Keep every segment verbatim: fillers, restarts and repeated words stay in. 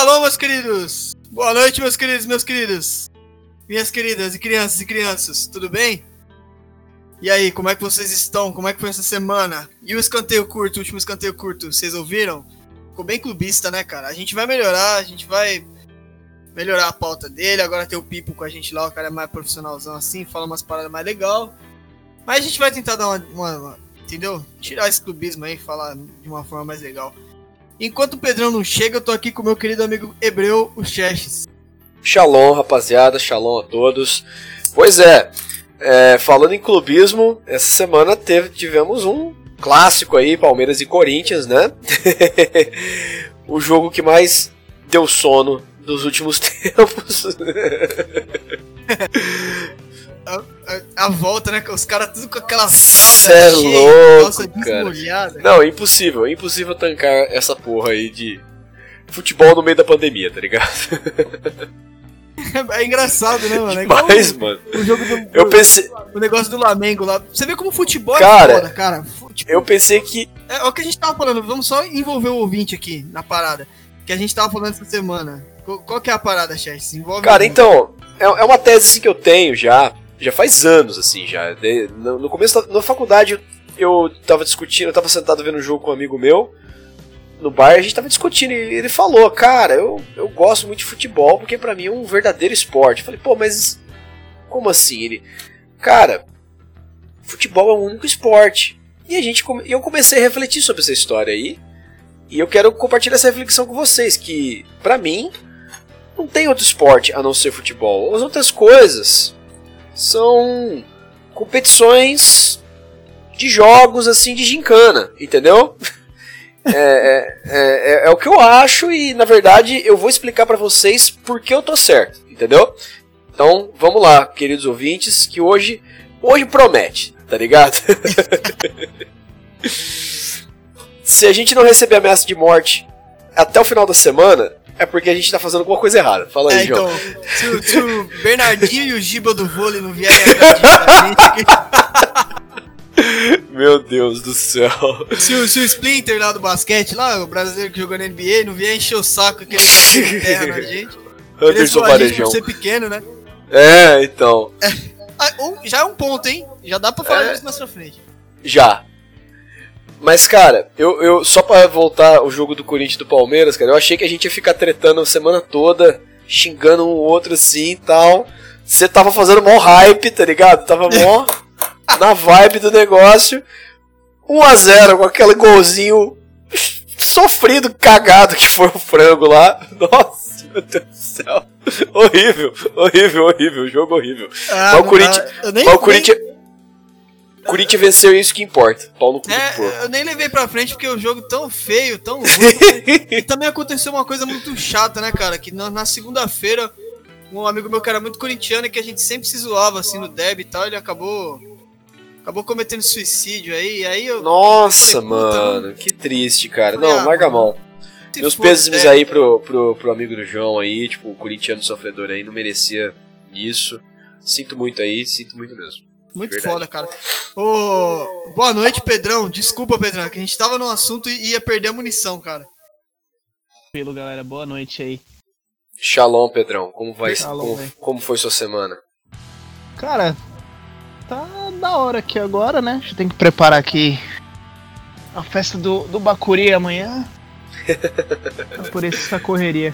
Shalom, meus queridos! Boa noite, meus queridos, meus queridos! Minhas queridas e crianças e crianças, tudo bem? E aí, como é que vocês estão? Como é que foi essa semana? E o escanteio curto, o último escanteio curto, vocês ouviram? Ficou bem clubista, né, cara? A gente vai melhorar, a gente vai melhorar a pauta dele. Agora tem o Pipo com a gente lá, o cara é mais profissionalzão assim, fala umas paradas mais legal. Mas a gente vai tentar dar uma, uma, uma entendeu? Tirar esse clubismo aí e falar de uma forma mais legal. Enquanto o Pedrão não chega, eu tô aqui com o meu querido amigo Hebreu, o Chestes. Shalom, rapaziada, shalom a todos. Pois é, é, falando em clubismo, essa semana teve, tivemos um clássico aí, Palmeiras e Corinthians, né? O jogo que mais deu sono dos últimos tempos. A, a, a volta, né? Os caras tudo com aquelas calças é louco, calça desmolhada. Não, é impossível, é impossível tancar essa porra aí de futebol no meio da pandemia, tá ligado? É engraçado, né, mano? É Mas, mano, o jogo do, eu pensei... o negócio do Flamengo lá. Você vê como o futebol cara, é foda, cara. Tipo, eu pensei que... É, é o que a gente tava falando, vamos só envolver o ouvinte aqui na parada. Que a gente tava falando essa semana. Qual, qual que é a parada, Chess? Envolve Cara, então, é, é uma tese assim, que eu tenho já... Já faz anos, assim, já. De, no, no começo da na faculdade, eu, eu tava discutindo, eu tava sentado vendo um jogo com um amigo meu, no bar, a gente tava discutindo, e ele falou, cara, eu, eu gosto muito de futebol, porque pra mim é um verdadeiro esporte. Eu falei, pô, mas como assim? Ele, cara, futebol é um único esporte. E a gente, eu comecei a refletir sobre essa história aí, e eu quero compartilhar essa reflexão com vocês, que, pra mim, não tem outro esporte a não ser futebol. As outras coisas... são competições de jogos, assim, de gincana, entendeu? É, é, é, é o que eu acho e, na verdade, eu vou explicar pra vocês por que eu tô certo, entendeu? Então, vamos lá, queridos ouvintes, que hoje, hoje promete, tá ligado? Se a gente não receber ameaça de morte até o final da semana... é porque a gente tá fazendo alguma coisa errada. Fala aí, é, João. Então, se, o, se o Bernardinho e o Giba do vôlei não vierem a gente aqui... Meu Deus do céu. Se o, se o Splinter lá do basquete, lá, o brasileiro que jogou na N B A, não vier encher o saco aquele terra na gente. Anderson Varejão. Por ser pequeno, né? É, então. É, já é um ponto, hein? Já dá pra falar é, disso na sua frente. Já. Mas, cara, eu, eu só pra voltar o jogo do Corinthians e do Palmeiras, cara, eu achei que a gente ia ficar tretando a semana toda, xingando um outro assim e tal. Você tava fazendo mó hype, tá ligado? Tava mó na vibe do negócio. um a zero com aquele golzinho sofrido, cagado que foi o frango lá. Nossa, meu Deus do céu. Horrível, horrível, horrível, jogo horrível. Ah, mas o Corinthians... nem, mas o Corinthians... O Corinthians venceu, isso que importa. Pau no cu é, do porco. Eu nem levei pra frente porque o jogo tão feio, tão ruim. E também aconteceu uma coisa muito chata, né, cara? Que na, na segunda-feira, um amigo meu que era muito corintiano e que a gente sempre se zoava assim no derby e tal, ele acabou. Acabou cometendo suicídio aí. E aí eu. Nossa, eu falei, mano, não... que triste, cara. Falei, não, ah, larga a mão. Meus for, pêsames é. aí pro, pro, pro amigo do João aí, tipo, o corintiano sofredor aí, não merecia isso. Sinto muito aí, sinto muito mesmo. Muito Verdade. foda, cara. Ô, boa noite, Pedrão. Desculpa, Pedrão, que a gente tava num assunto e ia perder a munição, cara. Tranquilo, galera. Boa noite aí. Shalom, Pedrão. Como, vai, Shalom, como, como foi sua semana? Cara, tá da hora aqui agora, né? A gente tem que preparar aqui a festa do, do Bacuri amanhã. Então, por isso essa correria.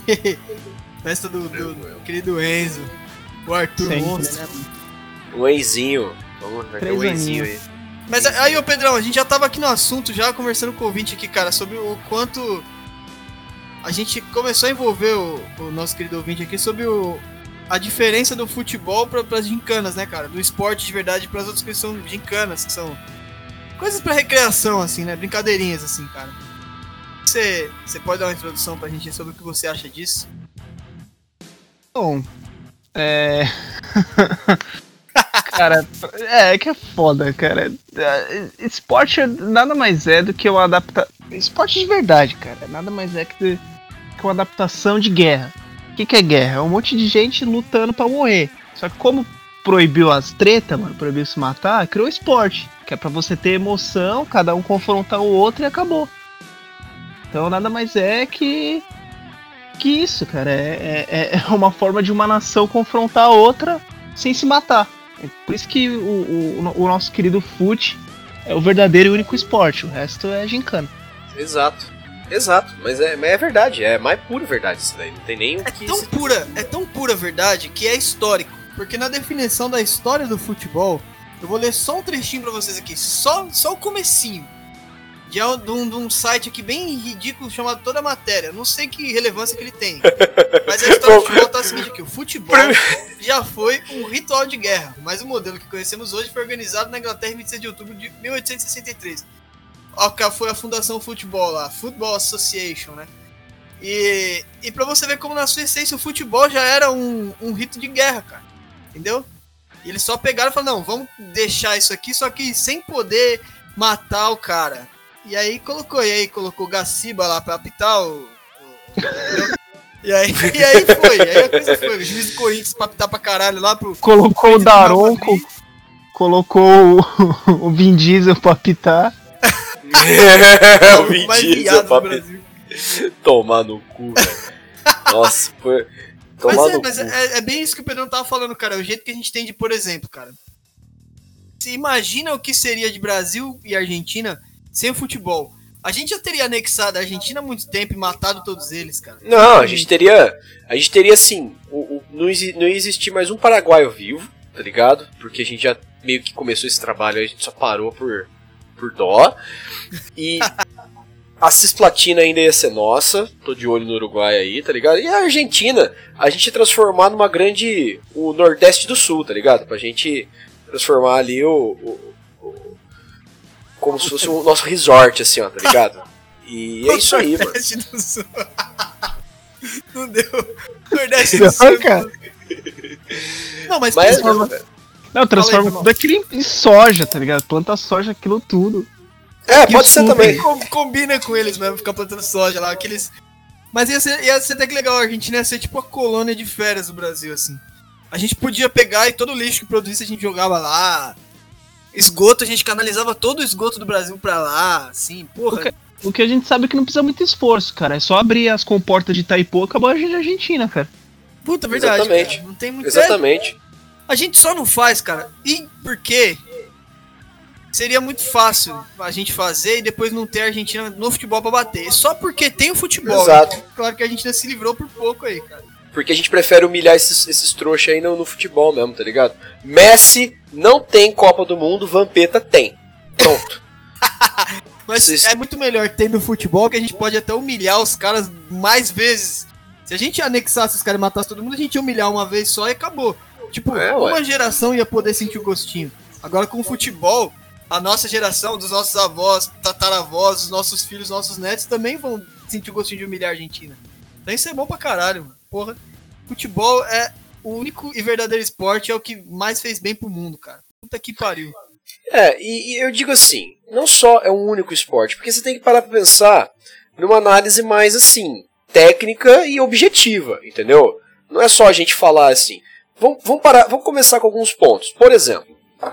Festa do, do, do querido Enzo. O Arthur Sempre, Monstro. né? O Enzinho. Vamos ver o Enzinho aí. Mas aí, ô Pedrão, a gente já tava aqui no assunto, já conversando com o ouvinte aqui, cara, sobre o quanto a gente começou a envolver o, o nosso querido ouvinte aqui sobre o, a diferença do futebol para as gincanas, né, cara? Do esporte de verdade para as outras coisas que são gincanas, que são coisas para recreação, assim, né? Brincadeirinhas, assim, cara. Você, você pode dar uma introdução pra gente sobre o que você acha disso? Bom, é... Cara, é, é que é foda, cara. Esporte nada mais é do que uma adaptação. Esporte de verdade, cara. Nada mais é que, que uma adaptação de guerra. O que, que é guerra? É um monte de gente lutando pra morrer. Só que como proibiu as tretas, mano, proibiu se matar, criou esporte. Que é pra você ter emoção, cada um confrontar o outro e acabou. Então nada mais é que que isso, cara, é, é, é uma forma de uma nação confrontar a outra sem se matar. É por isso que o, o, o nosso querido fute é o verdadeiro e único esporte, o resto é gincana. Exato, exato, mas é, mas é verdade, é mais pura verdade isso daí, não tem nem o É que... tão se... pura, é tão pura verdade que é histórico, porque na definição da história do futebol, eu vou ler só um trechinho pra vocês aqui, só, só o comecinho. De um, de um site aqui bem ridículo chamado Toda Matéria. Não sei que relevância que ele tem. Mas a história do futebol tá a seguinte aqui. O futebol já foi um ritual de guerra, mas o modelo que conhecemos hoje foi organizado na Inglaterra em vinte e seis de outubro de mil oitocentos e sessenta e três. Ó, foi a Fundação Futebol lá, Football Association, né? E, e pra você ver como na sua essência o futebol já era um, um rito de guerra, cara. Entendeu? E eles só pegaram e falaram, não, vamos deixar isso aqui, só que sem poder matar o cara. E aí colocou, e aí colocou o Gaciba lá pra apitar o... o e, aí, e aí foi, e aí a coisa foi. O juiz do Corinthians pra apitar pra caralho lá pro... Colocou o Daronco, colocou o, o Vin Diesel pra apitar. O Vin Diesel pra apitar. Tomar no cu, velho. Nossa, foi... Tomar mas é, no mas cu. É, é bem isso que o Pedrão tava falando, cara. É o jeito que a gente tem de, por exemplo, cara. Você imagina o que seria de Brasil e Argentina... sem o futebol. A gente já teria anexado a Argentina há muito tempo e matado todos eles, cara. Não, a gente teria... A gente teria, assim... O, o, não, exi, não ia existir mais um paraguaio vivo, tá ligado? Porque a gente já meio que começou esse trabalho, a gente só parou por, por dó. E a Cisplatina ainda ia ser nossa. Tô de olho no Uruguai aí, tá ligado? E a Argentina, a gente ia transformar numa grande... O Nordeste do Sul, tá ligado? Pra gente transformar ali o... o como se fosse o nosso resort, assim, ó, tá ligado? E é isso aí, mano. Nordeste do Sul. Não deu. Nordeste do Sul. Cara. Não, mas... mas transforma... Não, transforma tudo aquilo em soja, tá ligado? Planta soja, aquilo tudo. É, pode ser também. Combina com eles mesmo, ficar plantando soja lá, aqueles... Mas ia ser, ia ser até que legal, a Argentina ia ser tipo a colônia de férias do Brasil, assim. A gente podia pegar e todo o lixo que produzisse a gente jogava lá... Esgoto, a gente canalizava todo o esgoto do Brasil pra lá, assim, porra. O que, o que a gente sabe é que não precisa muito esforço, cara. É só abrir as comportas de Itaipu e acabou a Argentina, cara. Puta, verdade, exatamente. Cara. Não tem muito... Exatamente. A gente só não faz, cara. E por quê? Seria muito fácil a gente fazer e depois não ter a Argentina no futebol pra bater. Só porque tem o futebol. Exato. Né? Claro que a Argentina se livrou por pouco aí, cara. Porque a gente prefere humilhar esses, esses trouxas aí no, no futebol mesmo, tá ligado? Messi não tem Copa do Mundo, Vampeta tem. Pronto. Mas Vocês... é muito melhor ter no futebol que a gente pode até humilhar os caras mais vezes. Se a gente anexasse os caras e matasse todo mundo, a gente ia humilhar uma vez só e acabou. Tipo, é, uma geração ia poder sentir o gostinho. Agora com o futebol, a nossa geração, dos nossos avós, tataravós, os nossos filhos, nossos netos também vão sentir o gostinho de humilhar a Argentina. Então isso é bom pra caralho, mano. Porra, futebol é o único e verdadeiro esporte, é o que mais fez bem pro mundo, cara. Puta que pariu. É, e, e eu digo assim, não só é um único esporte, porque você tem que parar pra pensar numa análise mais, assim, técnica e objetiva, entendeu? Não é só a gente falar assim. Vamos, vamos, parar, vamos começar com alguns pontos. Por exemplo,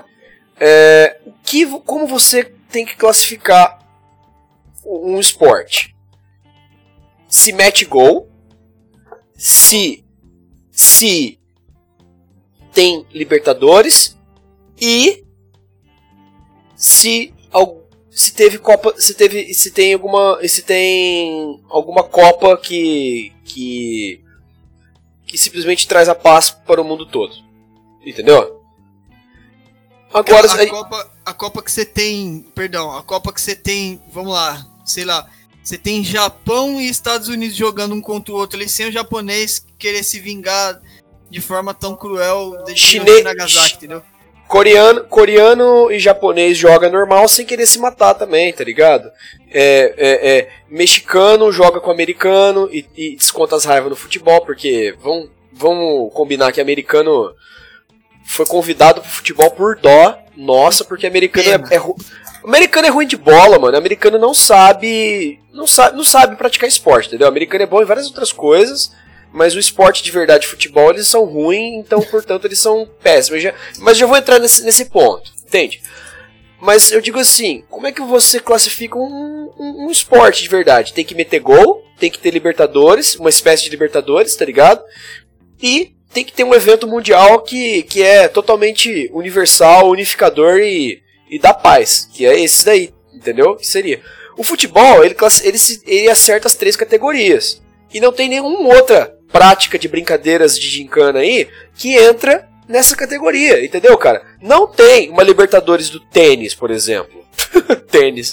é, que, como você tem que classificar um esporte? Se mete gol, se, se tem Libertadores e se, se teve Copa, se teve, se tem alguma, se tem alguma Copa que que que simplesmente traz a paz para o mundo todo, entendeu? Agora a, a, Copa, a Copa que você tem, perdão, a Copa que você tem, vamos lá, sei lá. Você tem Japão e Estados Unidos jogando um contra o outro ali, sem o japonês querer se vingar de forma tão cruel de Chine... Nagasaki, entendeu? Coreano, coreano e japonês joga normal sem querer se matar também, tá ligado? É, é, é, mexicano joga com americano e, e desconta as raivas no futebol, porque vamos, vamos combinar que americano foi convidado pro futebol por dó nossa, porque americano é, é ru... americano é ruim de bola, mano. Americano não sabe, não sabe, não sabe praticar esporte, entendeu? Americano é bom em várias outras coisas, mas o esporte de verdade, futebol, eles são ruins, então, portanto, eles são péssimos. Já, mas já vou entrar nesse, nesse ponto, entende? Mas eu digo assim, como é que você classifica um, um, um esporte de verdade? Tem que meter gol, tem que ter Libertadores, uma espécie de Libertadores, tá ligado? E tem que ter um evento mundial que, que é totalmente universal, unificador e, e dá paz, que é esse daí, entendeu? Que seria. O futebol, ele, ele, ele acerta as três categorias. E não tem nenhuma outra prática de brincadeiras de gincana aí que entra nessa categoria, entendeu, cara? Não tem uma Libertadores do tênis, por exemplo. Tênis.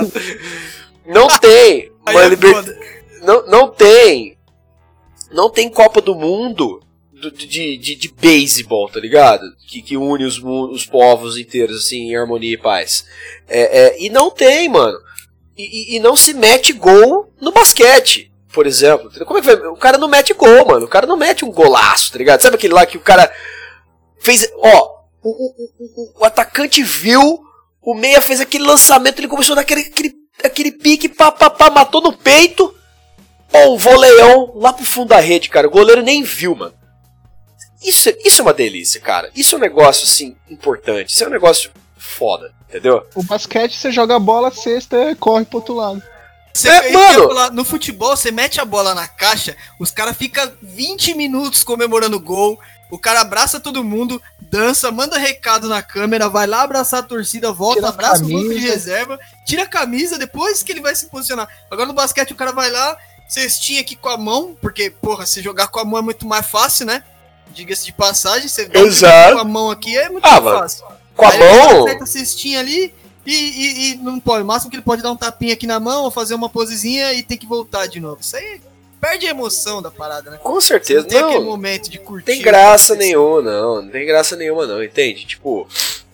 Não tem uma Libertadores. Não, não tem. Não tem Copa do Mundo do, de, de, de beisebol, tá ligado? Que, que une os, os povos inteiros, assim, em harmonia e paz. É, é, e não tem, mano. E, e, e não se mete gol no basquete, por exemplo. Como é que vai? O cara não mete gol, mano. O cara não mete um golaço, tá ligado? Sabe aquele lá que o cara fez. Ó, o, o, o, o atacante viu, o meia fez aquele lançamento, ele começou a dar aquele, aquele, aquele pique, pá, pá, pá, matou no peito. Pô, um voleião lá pro fundo da rede, cara. O goleiro nem viu, mano. Isso, isso é uma delícia, cara. Isso é um negócio, assim, importante. Isso é um negócio foda, entendeu? O basquete, você joga a bola, cesta e corre pro outro lado. Você, é, mano, no futebol, você mete a bola na caixa, os caras ficam vinte minutos comemorando o gol, o cara abraça todo mundo, dança, manda recado na câmera, vai lá abraçar a torcida, volta, tira abraça o banco de reserva, tira a camisa, depois que ele vai se posicionar. Agora no basquete o cara vai lá, cestinha aqui com a mão, porque, porra, se jogar com a mão é muito mais fácil, né? Diga-se de passagem, você dá um com a mão aqui é muito ah, mais fácil. Com a aí mão? Ele a cestinha ali e, e, e não pode. O máximo que ele pode dar um tapinha aqui na mão ou fazer uma posezinha e tem que voltar de novo. Isso aí perde a emoção da parada, né? Com certeza. Não tem não, aquele momento de curtir. Tem graça nenhuma, não. Não tem graça nenhuma, não. Entende? Tipo.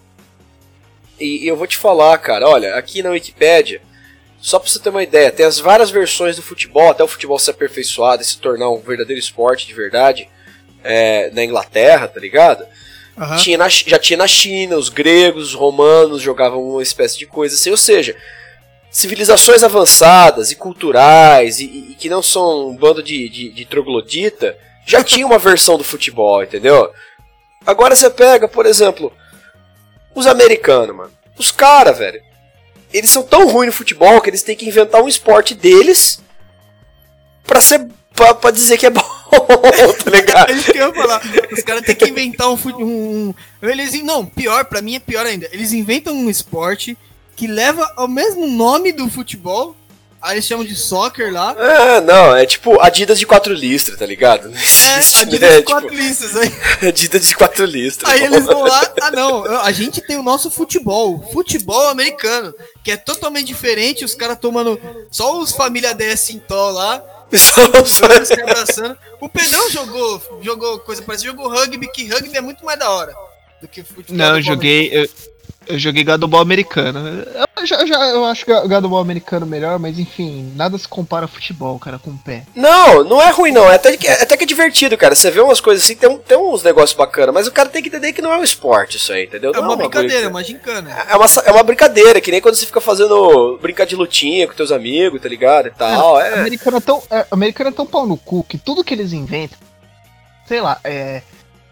E, e eu vou te falar, cara. Olha, aqui na Wikipédia, só pra você ter uma ideia, tem as várias versões do futebol, até o futebol ser aperfeiçoado e se tornar um verdadeiro esporte de verdade. É, na Inglaterra, tá ligado? Uhum. Tinha na, já tinha na China, os gregos, os romanos jogavam uma espécie de coisa assim, ou seja, civilizações avançadas e culturais e, e que não são um bando de, de, de troglodita, já tinha uma versão do futebol, entendeu? Agora você pega, por exemplo, os americanos, mano. Os caras, velho, eles são tão ruins no futebol que eles têm que inventar um esporte deles pra ser pra, pra dizer que é bom. Tá ligado? Eles queriam falar, os caras têm que inventar um, um, um eles não, pior, pra mim é pior ainda. Eles inventam um esporte que leva ao mesmo nome do futebol. Aí eles chamam de soccer lá. Ah, não, é tipo Adidas de quatro listras, tá ligado? Não existe, é, Adidas né? de quatro tipo, listras aí. Adidas de quatro listras. Aí eles vão lá, ah não, a gente tem o nosso futebol, futebol americano, que é totalmente diferente, os caras tomando só os família dez Sintol lá. Abraçando. O Pedrão jogou, jogou coisa parecida, jogou rugby, que rugby é muito mais da hora do que futebol. Não, eu joguei, eu, eu joguei gadobol americano. Eu, já, já, eu acho que gadobol americano melhor, mas enfim, nada se compara a futebol, cara, com o pé. Não, não é ruim não, é até que é, até que é divertido, cara. Você vê umas coisas assim, tem, um, tem uns negócios bacanas, mas o cara tem que entender que não é um esporte isso aí, entendeu? É não uma, é uma brincadeira, coisa, é uma gincana. É uma, é uma brincadeira, que nem quando você fica fazendo brincar de lutinha com teus amigos, tá ligado? E tal. É, é. Americano é tão, é, americano é tão pau no cu que tudo que eles inventam, sei lá, é.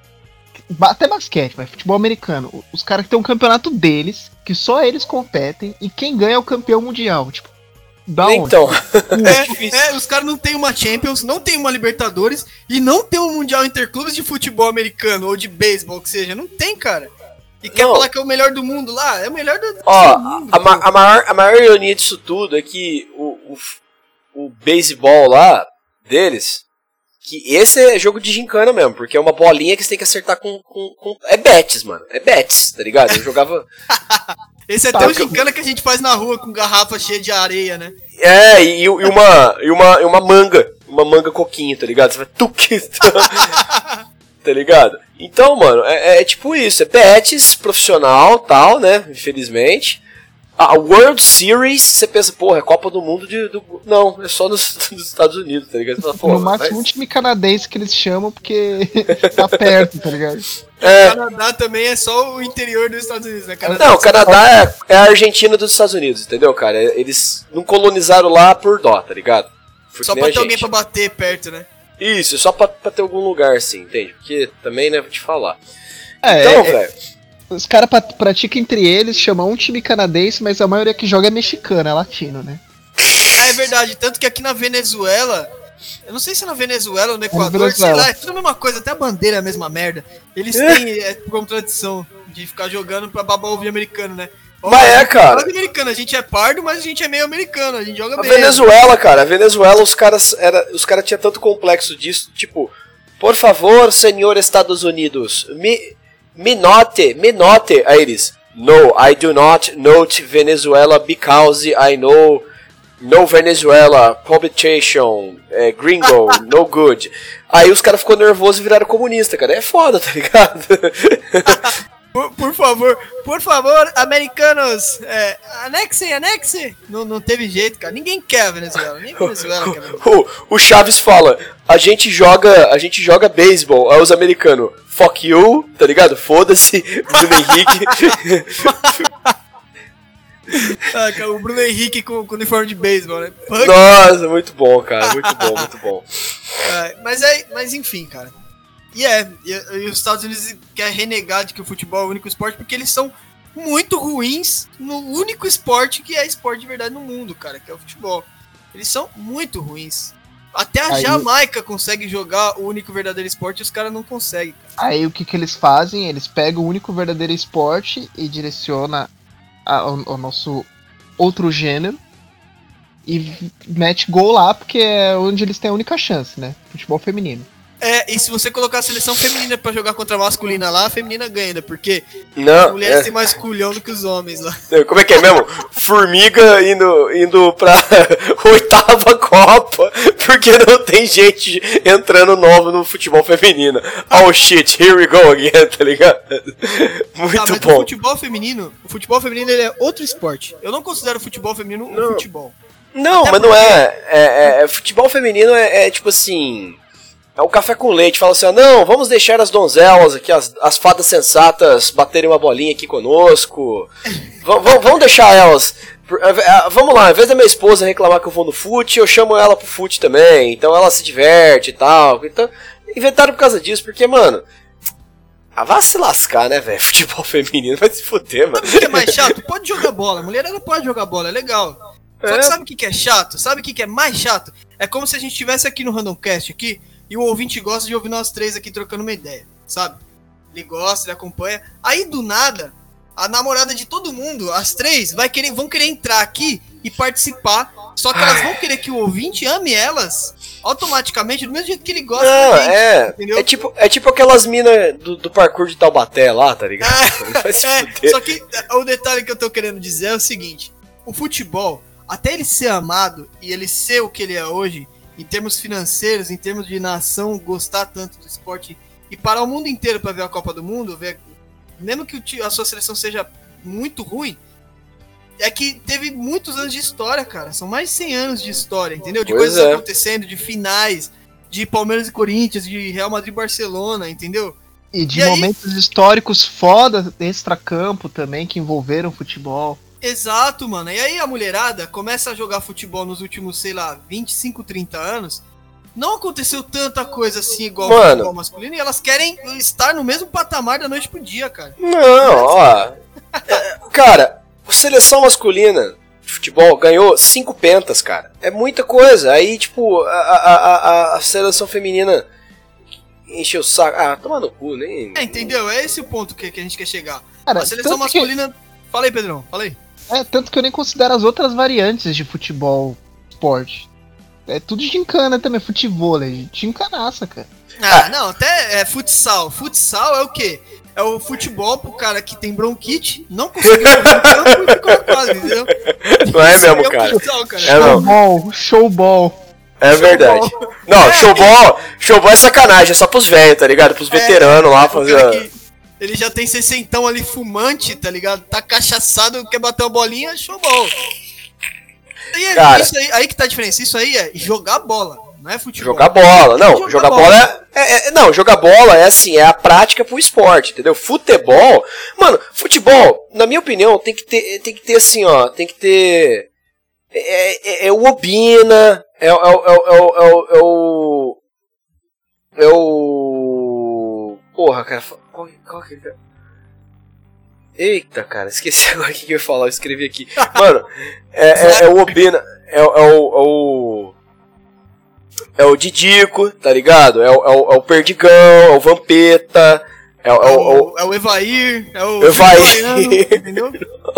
Até basquete, vai, futebol americano. Os caras que tem um campeonato deles, que só eles competem, e quem ganha é o campeão mundial. Tipo, da onde? Então. é, é, os caras não tem uma Champions, não tem uma Libertadores, e não tem um Mundial Interclubes de futebol americano, ou de beisebol, que seja. Não tem, cara. E quer não. falar que é o melhor do mundo lá? É o melhor do, do Ó, mundo. A, ma- a, maior, a maior ironia disso tudo é que o, o, o beisebol lá, deles... Que esse é jogo de gincana mesmo, porque é uma bolinha que você tem que acertar com... com, com... É bets, mano. É bets, tá ligado? Eu jogava... Esse é tá, tão gincana que a gente faz na rua com garrafa cheia de areia, né? É, e, e, uma, e, uma, e uma manga. Uma manga coquinho, tá ligado? Você vai... Tuque, tá ligado? Então, mano, é, é tipo isso. É bets, profissional, tal, né? Infelizmente. A World Series, você pensa, porra, é Copa do Mundo de... Do... Não, é só nos, nos Estados Unidos, tá ligado? Fala, porra, no máximo mas... um time canadense que eles chamam porque tá perto, tá ligado? É. O Canadá também é só o interior dos Estados Unidos, né? Canadá não, o Canadá é, é a Argentina dos Estados Unidos, entendeu, cara? Eles não colonizaram lá por dó, tá ligado? Foi só pra ter gente. alguém pra bater perto, né? Isso, só pra, pra ter algum lugar assim, entende? Porque também, né, vou te falar. É, então, é, velho... Os caras praticam entre eles, chamam um time canadense, mas a maioria que joga é mexicano, é latino, né? é verdade. Tanto que aqui na Venezuela, eu não sei se é na Venezuela ou no Equador, Venezuela. sei lá, é tudo a mesma coisa, até a bandeira é a mesma merda. Eles têm é, como tradição de ficar jogando pra babar ovo de americano, né? Ó, Mas é, a gente cara. é americano, a gente é pardo, mas a gente é meio americano, a gente joga A bem. Venezuela, cara, a Venezuela, os caras era, os caras tinham tanto complexo disso, tipo, por favor, senhor Estados Unidos, me, me note, me note, aí eles, no, I do not note Venezuela because I know no Venezuela, publication, é, gringo, no good. Aí os caras ficou nervosos e viraram comunista, cara, é foda, tá ligado? Por, por favor, por favor, americanos, é, anexem, anexem. Não, não teve jeito, cara. Ninguém quer a Venezuela, nem a Venezuela quer a Venezuela. O, o Chaves fala, a gente joga, a gente joga beisebol, aí os americanos, fuck you, tá ligado? Foda-se, Bruno Henrique. Ah, cara, o Bruno Henrique com, com uniforme de beisebol, né? Fuck. Nossa, muito bom, cara, muito bom, muito bom. É, mas, é, mas enfim, cara. E é, e, e os Estados Unidos querem renegar de que o futebol é o único esporte porque eles são muito ruins no único esporte que é esporte de verdade no mundo, cara, que é o futebol. Eles são muito ruins. Até a Aí- Jamaica consegue jogar o único verdadeiro esporte e os caras não conseguem. Cara. Aí o que, que eles fazem? Eles pegam o único verdadeiro esporte e direciona ao, ao nosso outro gênero e mete gol lá, porque é onde eles têm a única chance, né? Futebol feminino. É, e se você colocar a seleção feminina pra jogar contra a masculina lá, a feminina ganha, né? Porque as Não, mulheres é, têm mais culhão do que os homens lá. como é que é mesmo? Formiga indo, indo pra oitava Copa, porque não tem gente entrando novo no futebol feminino. Oh shit, here we go again, tá ligado? Muito Ah, mas o bom. futebol feminino, o futebol feminino ele é outro esporte. Eu não considero o futebol feminino um Não. futebol. Não, Até mas não porque- é, é, é- é- futebol feminino é, é tipo assim, é o café com leite, fala assim, ó, não, vamos deixar as donzelas aqui, as, as fadas sensatas baterem uma bolinha aqui conosco, v- v- vamos deixar elas, por- é, é, vamos lá, ao invés da minha esposa reclamar que eu vou no fute, eu chamo ela pro fute também, então ela se diverte e tal, então, inventaram por causa disso, porque, mano, ah, vai se lascar, né, velho, futebol feminino, vai se fuder, mano. Sabe o que é mais chato? Pode jogar bola. Mulher ela pode jogar bola, é legal. Só É. que sabe o que que é chato? Sabe o que que é mais chato? É como se a gente estivesse aqui no Randomcast aqui e o ouvinte gosta de ouvir nós três aqui trocando uma ideia, sabe? Ele gosta, ele acompanha. Aí do nada, a namorada de todo mundo, as três, vai querer, vão querer entrar aqui e participar. Só que elas vão querer que o ouvinte ame elas automaticamente, do mesmo jeito que ele gosta Não, da gente. é, entendeu? é tipo, é tipo aquelas minas do, do parkour de Taubaté lá, tá ligado? Vai se É, fuder. só que é, o detalhe que eu tô querendo dizer é o seguinte: o futebol, até ele ser amado e ele ser o que ele é hoje, em termos financeiros, em termos de nação gostar tanto do esporte e parar o mundo inteiro pra ver a Copa do Mundo, ver, mesmo que o ti- a sua seleção seja muito ruim, é que teve muitos anos de história, cara. São mais de cem anos de história, entendeu? De Pois coisas é. acontecendo, de finais, de Palmeiras e Corinthians, de Real Madrid e Barcelona, entendeu? E de E aí- momentos históricos foda extra-campo também, que envolveram futebol. Exato, mano. E aí a mulherada começa a jogar futebol nos últimos, sei lá, vinte e cinco, trinta anos. Não aconteceu tanta coisa assim igual o Mano. futebol masculino e elas querem estar no mesmo patamar da noite pro dia, cara. Não, ó. É, cara, a seleção masculina de futebol ganhou cinco pentas, cara. É muita coisa. Aí, tipo, a, a, a, a seleção feminina encheu o saco. Ah, toma no cu, nem. É, entendeu? É esse o ponto que, que a gente quer chegar. Cara, A seleção tanto que- masculina... Fala aí, Pedrão. Fala aí. É, tanto que eu nem considero as outras variantes de futebol esporte. É tudo gincana também, futevôlei, gincanaça, cara. Ah, não, até é futsal. Futsal é o quê? É o futebol pro cara que tem bronquite, não conseguiu correr no campo e ficou na quadra, entendeu? Não é Isso mesmo, aí o cara. futsal, cara. É, não. Showball, showball. É verdade. Não, showball, showball é sacanagem, é só pros velhos, tá ligado? Pros veteranos lá O fazer. cara que ele já tem sessentão ali fumante, tá ligado? Tá cachaçado, quer bater uma bolinha, showball. E é Cara. isso aí, aí que tá a diferença. Isso aí é jogar bola, não é futebol. Jogar bola. Não, Jogar jogar bola. bola é, é- é- Não, jogar bola é assim, é a prática pro esporte, entendeu? Futebol. Mano, futebol, na minha opinião, tem que ter, tem que ter assim, ó, tem que ter. É, é- é o Obina, é, o- é, o- é, o- é, o- é, o- é o. É o. Porra, cara. Qual, qual que é? Eita, cara, esqueci agora o que eu ia falar, eu escrevi aqui. Mano, é, é, é o Obina, é, é, o, é o... É o Didico, tá ligado? É o, é o, é o Perdigão, é o Vampeta, é, o, é, o, é o Evair, é o... Evair, entendeu?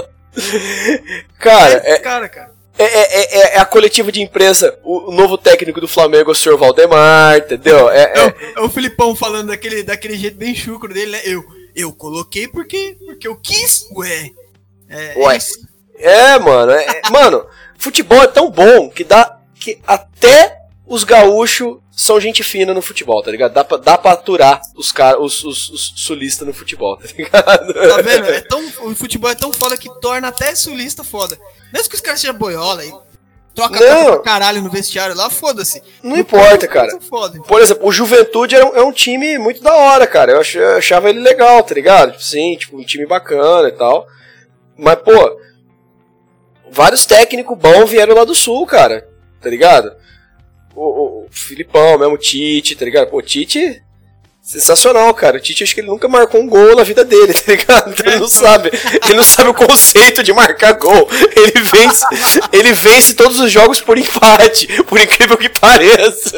Cara, é, é, cara, cara. É, é, é a coletiva de imprensa, o, o novo técnico do Flamengo, o senhor Valdemar, entendeu? É, é, é, o, é o Filipão falando daquele, daquele jeito bem chucro dele, né? Eu, eu coloquei porque, porque eu quis, ué. É, ué. É, é mano, é, mano, futebol é tão bom que dá que até os gaúchos são gente fina no futebol, tá ligado? Dá pra, dá pra aturar os, cara, os, os, os sulistas no futebol, tá ligado? Tá vendo? É tão, o futebol é tão foda que torna até sulista foda. Mesmo que os caras sejam boiola e troca pra caralho no vestiário lá, foda-se. Não importa, cara. Foda, então. Por exemplo, o Juventude é um, é um time muito da hora, cara. Eu, ach, eu achava ele legal, tá ligado? Tipo, sim, tipo, um time bacana e tal. Mas, pô, vários técnicos bons vieram lá do Sul, cara. Tá ligado? O, o, o Filipão mesmo, o Tite, tá ligado? Pô, o Tite... Sensacional, cara. O Tite, acho que ele nunca marcou um gol na vida dele, tá ligado? Então ele não sabe. Ele não sabe o conceito de marcar gol. Ele vence, ele vence todos os jogos por empate, por incrível que pareça.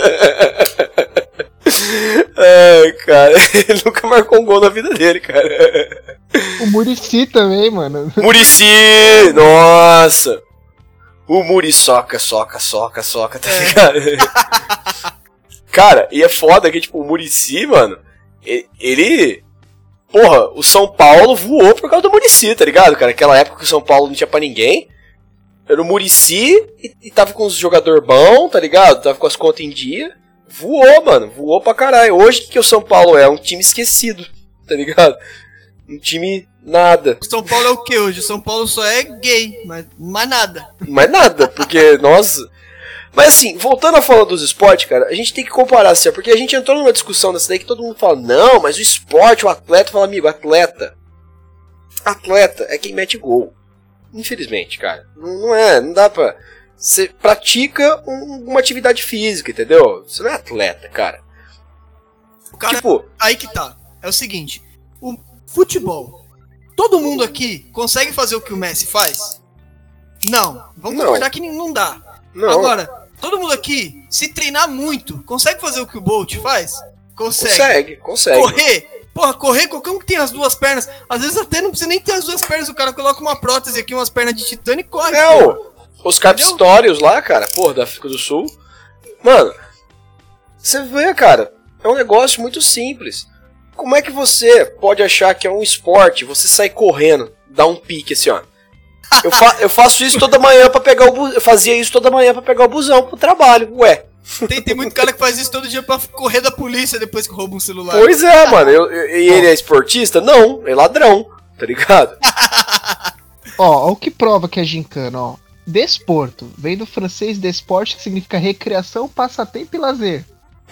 Ai, cara. Ele nunca marcou um gol na vida dele, cara. O Muricy também, mano. Muricy! Nossa! O Muriçoca, soca, soca, soca, tá ligado? Cara, e é foda que, tipo, o Muricy, mano, ele... Porra, o São Paulo voou por causa do Muricy, tá ligado, cara? Aquela época que o São Paulo não tinha pra ninguém. Era o Muricy e, e tava com os jogador bom, tá ligado? Tava com as contas em dia. Voou, mano, voou pra caralho. Hoje, o que o São Paulo é? Um time esquecido, tá ligado? Um time nada. O São Paulo é o que hoje? O São Paulo só é gay, mas mais nada. Mais nada, porque, nossa... Mas assim, voltando a falar dos esportes, cara, a gente tem que comparar, assim, porque a gente entrou numa discussão dessa daí que todo mundo fala, não, mas o esporte, o atleta, fala, amigo, atleta, atleta é quem mete gol. Infelizmente, cara, não, não é, não dá pra... Você pratica um, uma atividade física, entendeu? Você não é atleta, cara. Cara, tipo, aí que tá, é o seguinte, o futebol, todo mundo aqui consegue fazer o que o Messi faz? Não, vamos não. concordar que não dá. Não. Agora, todo mundo aqui, se treinar muito, consegue fazer o que o Bolt faz? Consegue. Consegue, consegue. Correr? Porra, correr, qualquer um que tem as duas pernas, às vezes até não precisa nem ter as duas pernas, o cara coloca uma prótese aqui, umas pernas de titânio e corre. É, os Capstórios lá, cara, porra, da África do Sul. Mano, você vê, cara, é um negócio muito simples. Como é que você pode achar que é um esporte, você sai correndo, dá um pique assim, ó. Eu, fa eu faço isso toda manhã para pegar o bu eu fazia isso toda manhã para pegar o busão pro trabalho, ué. Tem, tem muito cara que faz isso todo dia pra correr da polícia depois que rouba um celular. Pois é, mano. Eu, eu, e ele é esportista? Não, é ladrão, tá ligado? Ó, o que prova que é gincana, ó. Desporto, vem do francês desporte, que significa recreação, passatempo e lazer.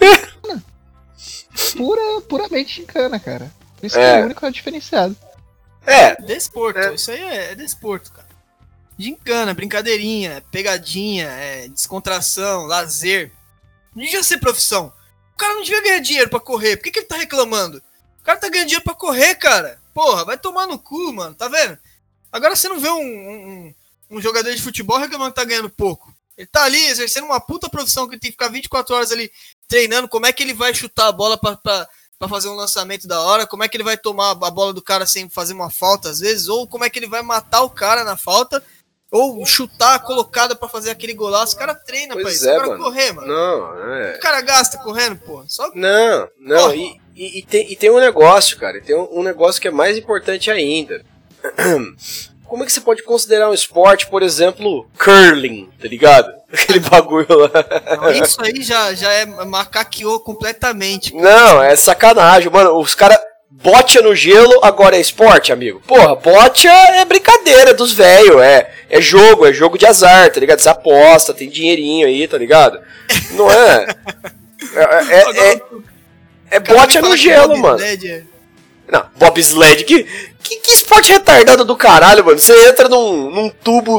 Pura, puramente gincana, cara. Por isso é. que é o único diferenciado. É. Desporto, é. Isso aí é, é desporto, cara. Gincana, brincadeirinha, pegadinha, é, descontração, lazer. Não devia ser profissão. O cara não devia ganhar dinheiro pra correr. Por que, que ele tá reclamando? O cara tá ganhando dinheiro pra correr, cara. Porra, vai tomar no cu, mano. Tá vendo? Agora você não vê um, um, um jogador de futebol reclamando que tá ganhando pouco. Ele tá ali exercendo uma puta profissão que ele tem que ficar vinte e quatro horas ali treinando. Como é que ele vai chutar a bola pra, pra, pra fazer um lançamento da hora? Como é que ele vai tomar a bola do cara sem fazer uma falta às vezes? Ou como é que ele vai matar o cara na falta? Ou chutar a colocada pra fazer aquele golaço. O cara treina pois pra isso. É, Agora mano. correr, mano. Não, é. O cara gasta correndo, pô. Só... Não, não. E, e, e, tem, e tem um negócio, cara. Tem um, um negócio que é mais importante ainda. Como é que você pode considerar um esporte, por exemplo, curling, tá ligado? Aquele bagulho lá. Não, isso aí já, já é macaqueou completamente. Cara. Não, é sacanagem. Mano, os caras... Bocha no gelo, agora é esporte, amigo. Porra, bocha é brincadeira dos velhos, é, é jogo, é jogo de azar, tá ligado? Você aposta, tem dinheirinho aí, tá ligado? Não é? É, é, é, é bocha no gelo, mano. É... Não, bobsled, que, que, que esporte retardado do caralho, mano. Você entra num, num tubo,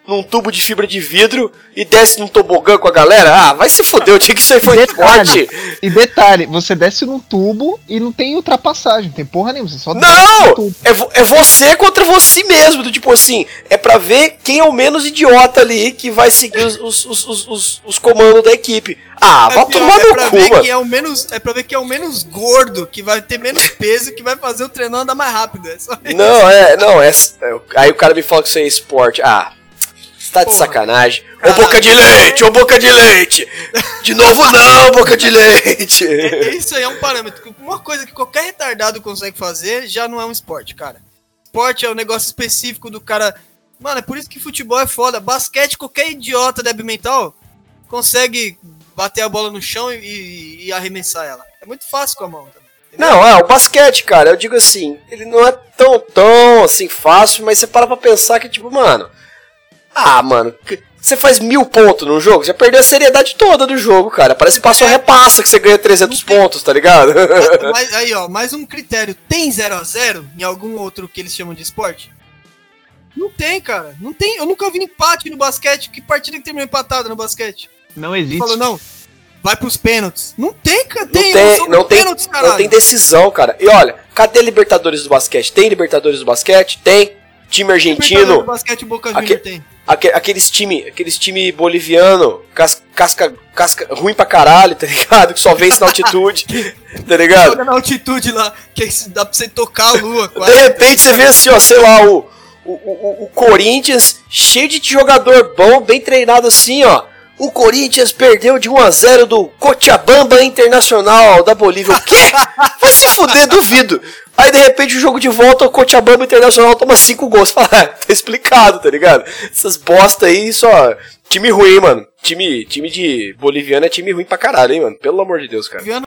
num tubo de fibra de vidro e desce num tobogã com a galera? Ah, vai se foder, eu tinha que isso aí foi forte. E detalhe, você desce num tubo e não tem ultrapassagem, não tem porra nenhuma, você só desce Não! no tubo. É, vo- é você contra você mesmo, do tipo assim, é pra ver quem é o menos idiota ali que vai seguir os, os, os, os, os, os comandos da equipe. Ah, É vai pior, tomar é no pra cu, ver mano. que é o menos, é pra ver que é o menos gordo, que vai ter menos peso, que vai fazer o treinão andar mais rápido. É só isso. Não, é, não, é, é. Aí o cara me fala que isso é esporte. Ah, você tá de Porra. sacanagem. Ô Caralho. boca de leite, ô boca de leite! De novo não, boca de leite! É, isso aí é um parâmetro. Uma coisa que qualquer retardado consegue fazer já não é um esporte, cara. Esporte é um negócio específico do cara. Mano, é por isso que futebol é foda. Basquete, qualquer idiota débil mental consegue bater a bola no chão e, e- e arremessar ela. É muito fácil com a mão também. Entendeu? Não, é, o basquete, cara, eu digo assim, ele não é tão, tão, assim, fácil, mas você para pra pensar que, tipo, mano... Ah, mano, que- você faz mil pontos num jogo, você perdeu a seriedade toda do jogo, cara. Parece que passa ou repassa que você ganha trezentos pontos, tá ligado? Mas, aí, ó, mais um critério. Tem zero a zero em algum outro que eles chamam de esporte? Não tem, cara. Não tem. Eu nunca vi empate no basquete. Que partida que terminou empatada no basquete? Não existe. Falou, não, vai pros pênaltis. Não tem, cara. Não Tem, tem, emoção não no tem, pênaltis, caralho. não tem decisão, cara. E olha, cadê Libertadores do basquete? Tem Libertadores do basquete? Tem. Time Libertadores argentino, do basquete, o Boca Aque- Junior tem. aque- aqueles time, aqueles time boliviano, cas- casca, casca ruim pra caralho, tá ligado? Que só vence na altitude, tá ligado? Joga na altitude lá, que aí dá pra você tocar a lua De quase. repente você vê assim, ó, sei lá, o, o, o, o Corinthians cheio de jogador bom, bem treinado assim, ó. O Corinthians perdeu de um a zero do Cochabamba Internacional da Bolívia. O quê? Vai se fuder, duvido. Aí de repente o jogo de volta, o Cochabamba Internacional toma cinco gols. Fala, ah, tá explicado, tá ligado? Essas bosta aí só. Time ruim, mano. Time, time de boliviano é time ruim pra caralho, hein, mano. Pelo amor de Deus, cara. Viano,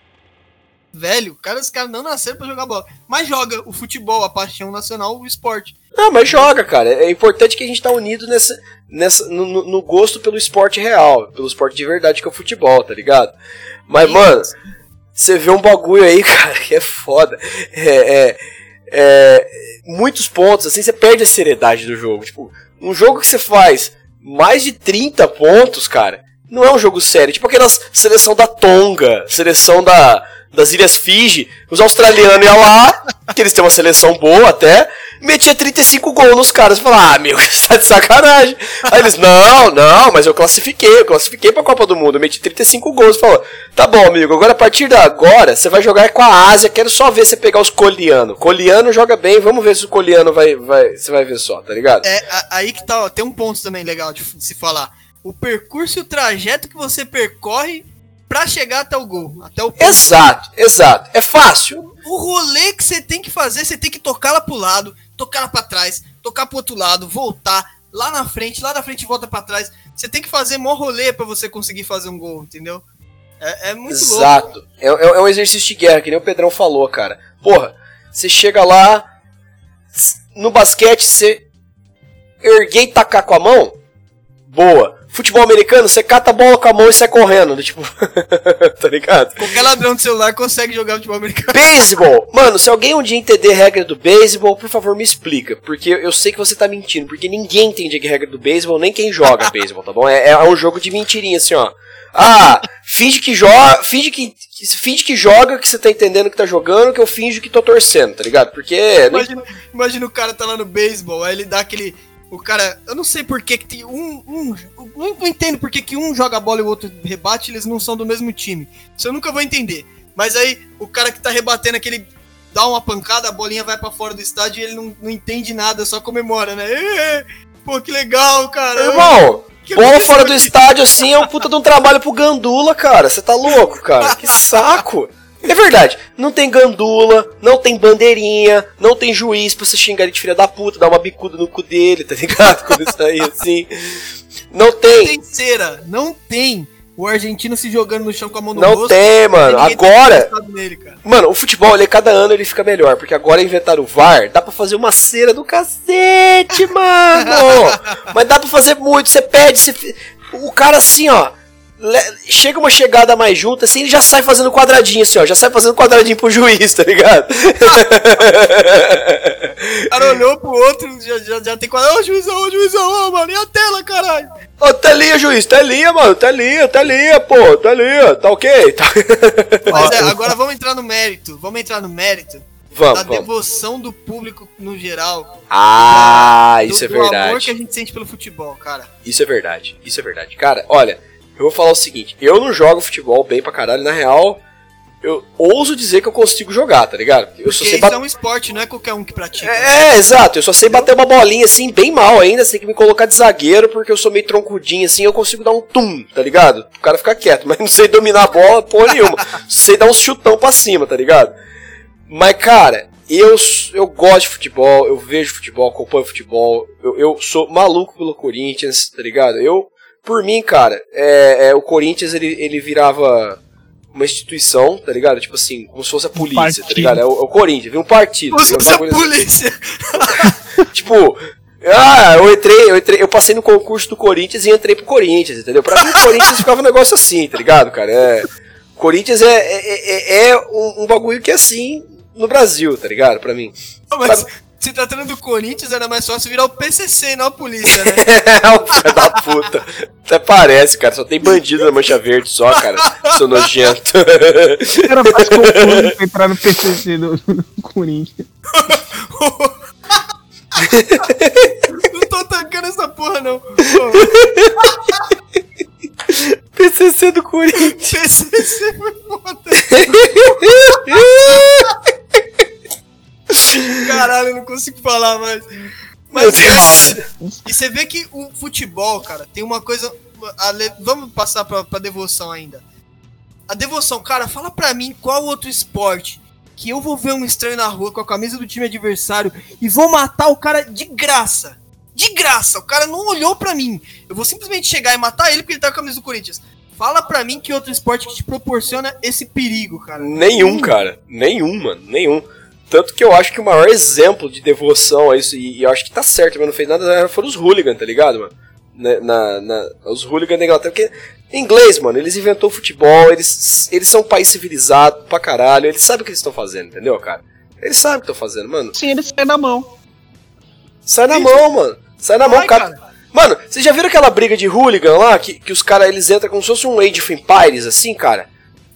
velho, cara, os caras não nasceram pra jogar bola. Mas joga o futebol, a paixão nacional, o esporte. Não, mas joga, cara. É importante que a gente tá unido nessa, nessa, no, no- no gosto pelo esporte real, pelo esporte de verdade que é o futebol, tá ligado? Mas, Sim. mano, você vê um bagulho aí, cara, que é foda. É, é, é, muitos pontos, assim, você perde a seriedade do jogo. Tipo, um jogo que você faz mais de trinta pontos, cara, não é um jogo sério. Tipo aquelas seleção da Tonga, seleção da, das Ilhas Fiji, os australianos iam lá, que eles têm uma seleção boa até, metia trinta e cinco gols nos caras. Fala, ah, meu, você tá de sacanagem. Aí eles, não, não, mas eu classifiquei, eu classifiquei pra Copa do Mundo, eu meti trinta e cinco gols. Falou, tá bom, amigo, agora a partir de agora, você vai jogar com a Ásia, quero só ver você pegar os coreanos. Coreano joga bem, vamos ver se o coreano vai, vai, você vai ver só, tá ligado? É, a- aí que tá, ó, tem um ponto também legal de, f- de se falar. O percurso e o trajeto que você percorre pra chegar até o gol, até o ponto. Exato, exato. É fácil. O rolê que você tem que fazer, você tem que tocar ela pro lado, tocar ela pra trás, tocar pro outro lado, voltar lá na frente, lá na frente volta pra trás. Você tem que fazer mó rolê pra você conseguir fazer um gol, entendeu? É, é muito louco. Exato. É, é, é um exercício de guerra, que nem o Pedrão falou, cara. Porra, você chega lá, no basquete, você erguer e tacar com a mão, boa. Futebol americano, você cata a bola com a mão e sai correndo, tipo, tá ligado? Qualquer ladrão de celular consegue jogar futebol americano. Beisebol! Mano, se alguém um dia entender regra do beisebol, por favor me explica. Porque eu sei que você tá mentindo. Porque ninguém entende a regra do beisebol, nem quem joga beisebol, tá bom? É, é um jogo de mentirinha, assim, ó. Ah, finge que joga. Finge que. Finge que joga, que você tá entendendo que tá jogando, que eu finjo que tô torcendo, tá ligado? Porque. não- Imagina, imagina o cara tá lá no beisebol, aí ele dá aquele. O cara. Eu não sei por que que tem um. um não, não entendo por que que um joga a bola e o outro rebate, eles não são do mesmo time. Isso eu nunca vou entender. Mas aí o cara que tá rebatendo aquele. Dá uma pancada, a bolinha vai pra fora do estádio e ele não, não entende nada, só comemora, né? Ê, pô, que legal, cara. Irmão, Que bola aconteceu fora do aqui? estádio assim é um puta de um trabalho pro Gandula, cara. Você tá louco, cara? Que saco! É verdade, não tem gandula, não tem bandeirinha, não tem juiz pra você xingar ele de filha da puta, dar uma bicuda no cu dele, tá ligado? Quando isso aí, assim. Não Não tem, tem cera, não tem. O argentino se jogando no chão com a mão no não rosto. tem, mano. Ninguém tá Agora, interessado nele, cara. mano, o futebol, ele, cada ano ele fica melhor, porque agora inventaram o V A R, dá pra fazer uma cera do cacete, mano! Mas dá pra fazer muito, você pede, você... o cara assim, ó, chega uma chegada mais junto, assim, ele já sai fazendo quadradinho, assim, ó. Já sai fazendo quadradinho pro juiz, tá ligado? O cara olhou pro outro, já, já, já tem quadrado. Ô, juizão, ô, juizão, ô, mano, e a tela, caralho? Ô, telinha, juiz, telinha, mano, telinha, telinha, pô, telinha, tá ok? Tá. Mas é, agora vamos entrar no mérito, vamos entrar no mérito. Vamos, da vamos. devoção do público no geral. Ah, do, isso é do verdade. O amor que a gente sente pelo futebol, cara. Isso é verdade, isso é verdade. Cara, olha, eu vou falar o seguinte, eu não jogo futebol bem pra caralho, na real, eu ouso dizer que eu consigo jogar, tá ligado? Eu Porque só sei isso bat... é um esporte, não é qualquer um que pratica. É, é, exato, eu só sei bater uma bolinha assim, bem mal ainda, sei que me colocar de zagueiro, porque eu sou meio troncudinho assim, eu consigo dar um tum, tá ligado? O cara ficar quieto, mas não sei dominar a bola porra nenhuma, sei dar um chutão pra cima, tá ligado? Mas, cara, eu, eu gosto de futebol, eu vejo futebol, acompanho futebol, eu, eu sou maluco pelo Corinthians, tá ligado? Eu, por mim, cara, é, é, o Corinthians, ele, ele virava uma instituição, tá ligado? Tipo assim, como se fosse a polícia, um tá ligado? É o, é o Corinthians, vira um partido. Como se fosse a polícia. Tipo, ah, eu entrei, eu entrei, eu passei no concurso do Corinthians e entrei pro Corinthians, entendeu? Pra mim, o Corinthians ficava um negócio assim, tá ligado, cara? É, Corinthians é, é, é, é um, um bagulho que é assim no Brasil, tá ligado? Pra mim. Não, mas pra... se tratando do Corinthians, era mais fácil virar o P C C e não a polícia, né? É, o filho da puta. Até parece, cara. Só tem bandido na mancha verde só, cara. Seu nojento. Era mais confuso pra entrar no P C C do, do Corinthians. Não tô tancando essa porra, não. P C C do Corinthians. P C C foi foda. Caralho, eu não consigo falar mais. Mas, cara, e você vê que o futebol, cara, tem uma coisa... Le... Vamos passar pra, pra devoção ainda. A devoção, cara, fala pra mim qual outro esporte que eu vou ver um estranho na rua com a camisa do time adversário e vou matar o cara de graça. De graça, o cara não olhou pra mim. Eu vou simplesmente chegar e matar ele porque ele tá com a camisa do Corinthians. Fala pra mim que outro esporte que te proporciona esse perigo, cara. Nenhum, cara. Nenhum, mano. Nenhum. Tanto que eu acho que o maior exemplo de devoção a isso, e, e eu acho que tá certo, mas não fez nada, foram os hooligans, tá ligado, mano? Na, na, na, os hooligans da Inglaterra, porque inglês, mano, eles inventou futebol, eles, eles são um país civilizado pra caralho, eles sabem o que eles estão fazendo, entendeu, cara? Eles sabem o que estão fazendo, mano. Sim, eles saem na mão. Sai na mão, mano. Sai na Vai, mão, cara. cara. Mano, vocês já viram aquela briga de hooligan lá, que, que os caras, eles entram como se fosse um Age of Empires, assim, cara?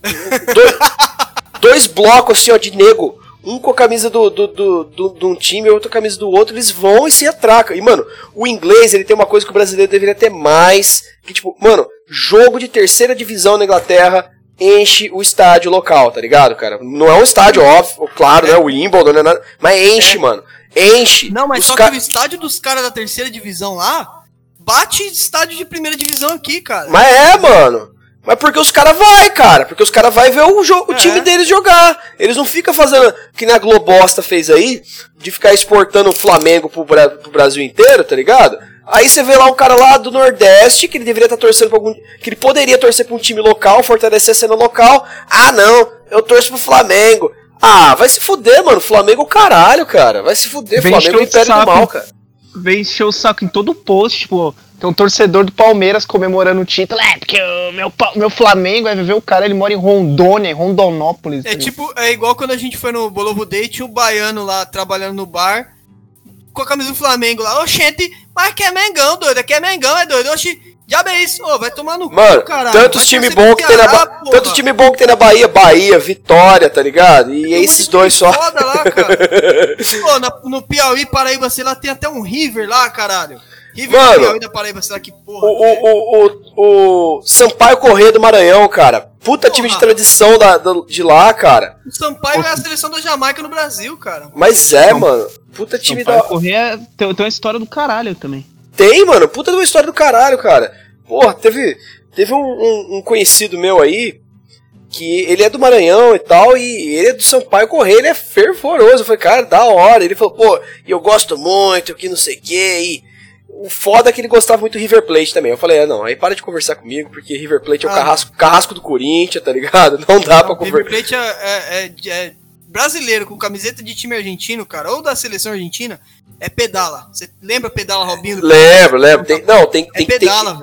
dois, dois blocos, assim, ó, de nego. Um com a camisa do, do, do, do, de um time e outro com a camisa do outro, eles vão e se atracam. E, mano, o inglês, ele tem uma coisa que o brasileiro deveria ter mais, que, tipo, mano, jogo de terceira divisão na Inglaterra enche o estádio local, tá ligado, cara? Não é um estádio, óbvio, claro, é. Né, o Wimbledon, não é nada, mas enche, é. mano, enche. Não, mas os só ca... que o estádio dos caras da terceira divisão lá, bate estádio de primeira divisão aqui, cara. Mas é, mano. Mas porque os caras vai, cara. Porque os caras vai ver o, jogo, o é. time deles jogar. Eles não ficam fazendo, que nem a Globosta fez aí, de ficar exportando o Flamengo pro, Bra- pro Brasil inteiro, tá ligado? Aí você vê lá um cara lá do Nordeste, que ele deveria estar torcendo pra algum... que ele poderia torcer pra um time local, fortalecer a cena local. Ah, não, eu torço pro Flamengo. Ah, vai se fuder, mano. Flamengo é o caralho, cara. Vai se fuder, Vem Flamengo é o império do mal, cara. Vem encher o saco em todo post, tipo... Tem um torcedor do Palmeiras comemorando o título. É, porque o meu, meu Flamengo vai ver o cara, ele mora em Rondônia, em Rondonópolis. É tipo, é igual quando a gente foi no Bolovo Day, tinha o baiano lá trabalhando no bar, com a camisa do Flamengo lá. Oxente, mas que é Mengão, doido, aqui é Mengão, é doido. Oxi, diabo é isso, ô, vai tomar no Mano, cu, caralho. tantos time bom que tem na ba... tanto time bom que tem na Bahia, Bahia, Vitória, tá ligado? E é esses dois só. Foda lá, cara. Pô, na, no Piauí, Paraíba, sei lá, tem até um River lá, caralho. River Mano, Piauí da Paraíba, será que porra? O, o, o, o Sampaio Corrêa do Maranhão, cara. Puta porra. Time de tradição da, da, de lá, cara. O Sampaio é a seleção da Jamaica no Brasil, cara. Mas é, não. Mano. Puta time Sampaio da... Corrêa tem, tem uma história do caralho também. Tem, mano. Puta de uma história do caralho, cara. Porra, teve, teve um, um, um conhecido meu aí, que ele é do Maranhão e tal, e ele é do Sampaio Corrêa, ele é fervoroso. Eu falei, cara, da hora. Ele falou, pô, eu gosto muito, que não sei o que, e... O foda é que ele gostava muito do River Plate também. Eu falei, é, não, aí para de conversar comigo, porque River Plate é o ah, carrasco, carrasco do Corinthians, tá ligado? Não dá não, pra conversar. River Plate é, é, é brasileiro com camiseta de time argentino, cara, ou da seleção argentina, é pedala. Você lembra pedala Robinho? Do lembro, lembro. Tem, não, tem, é tem, pedala, tem, velho. tem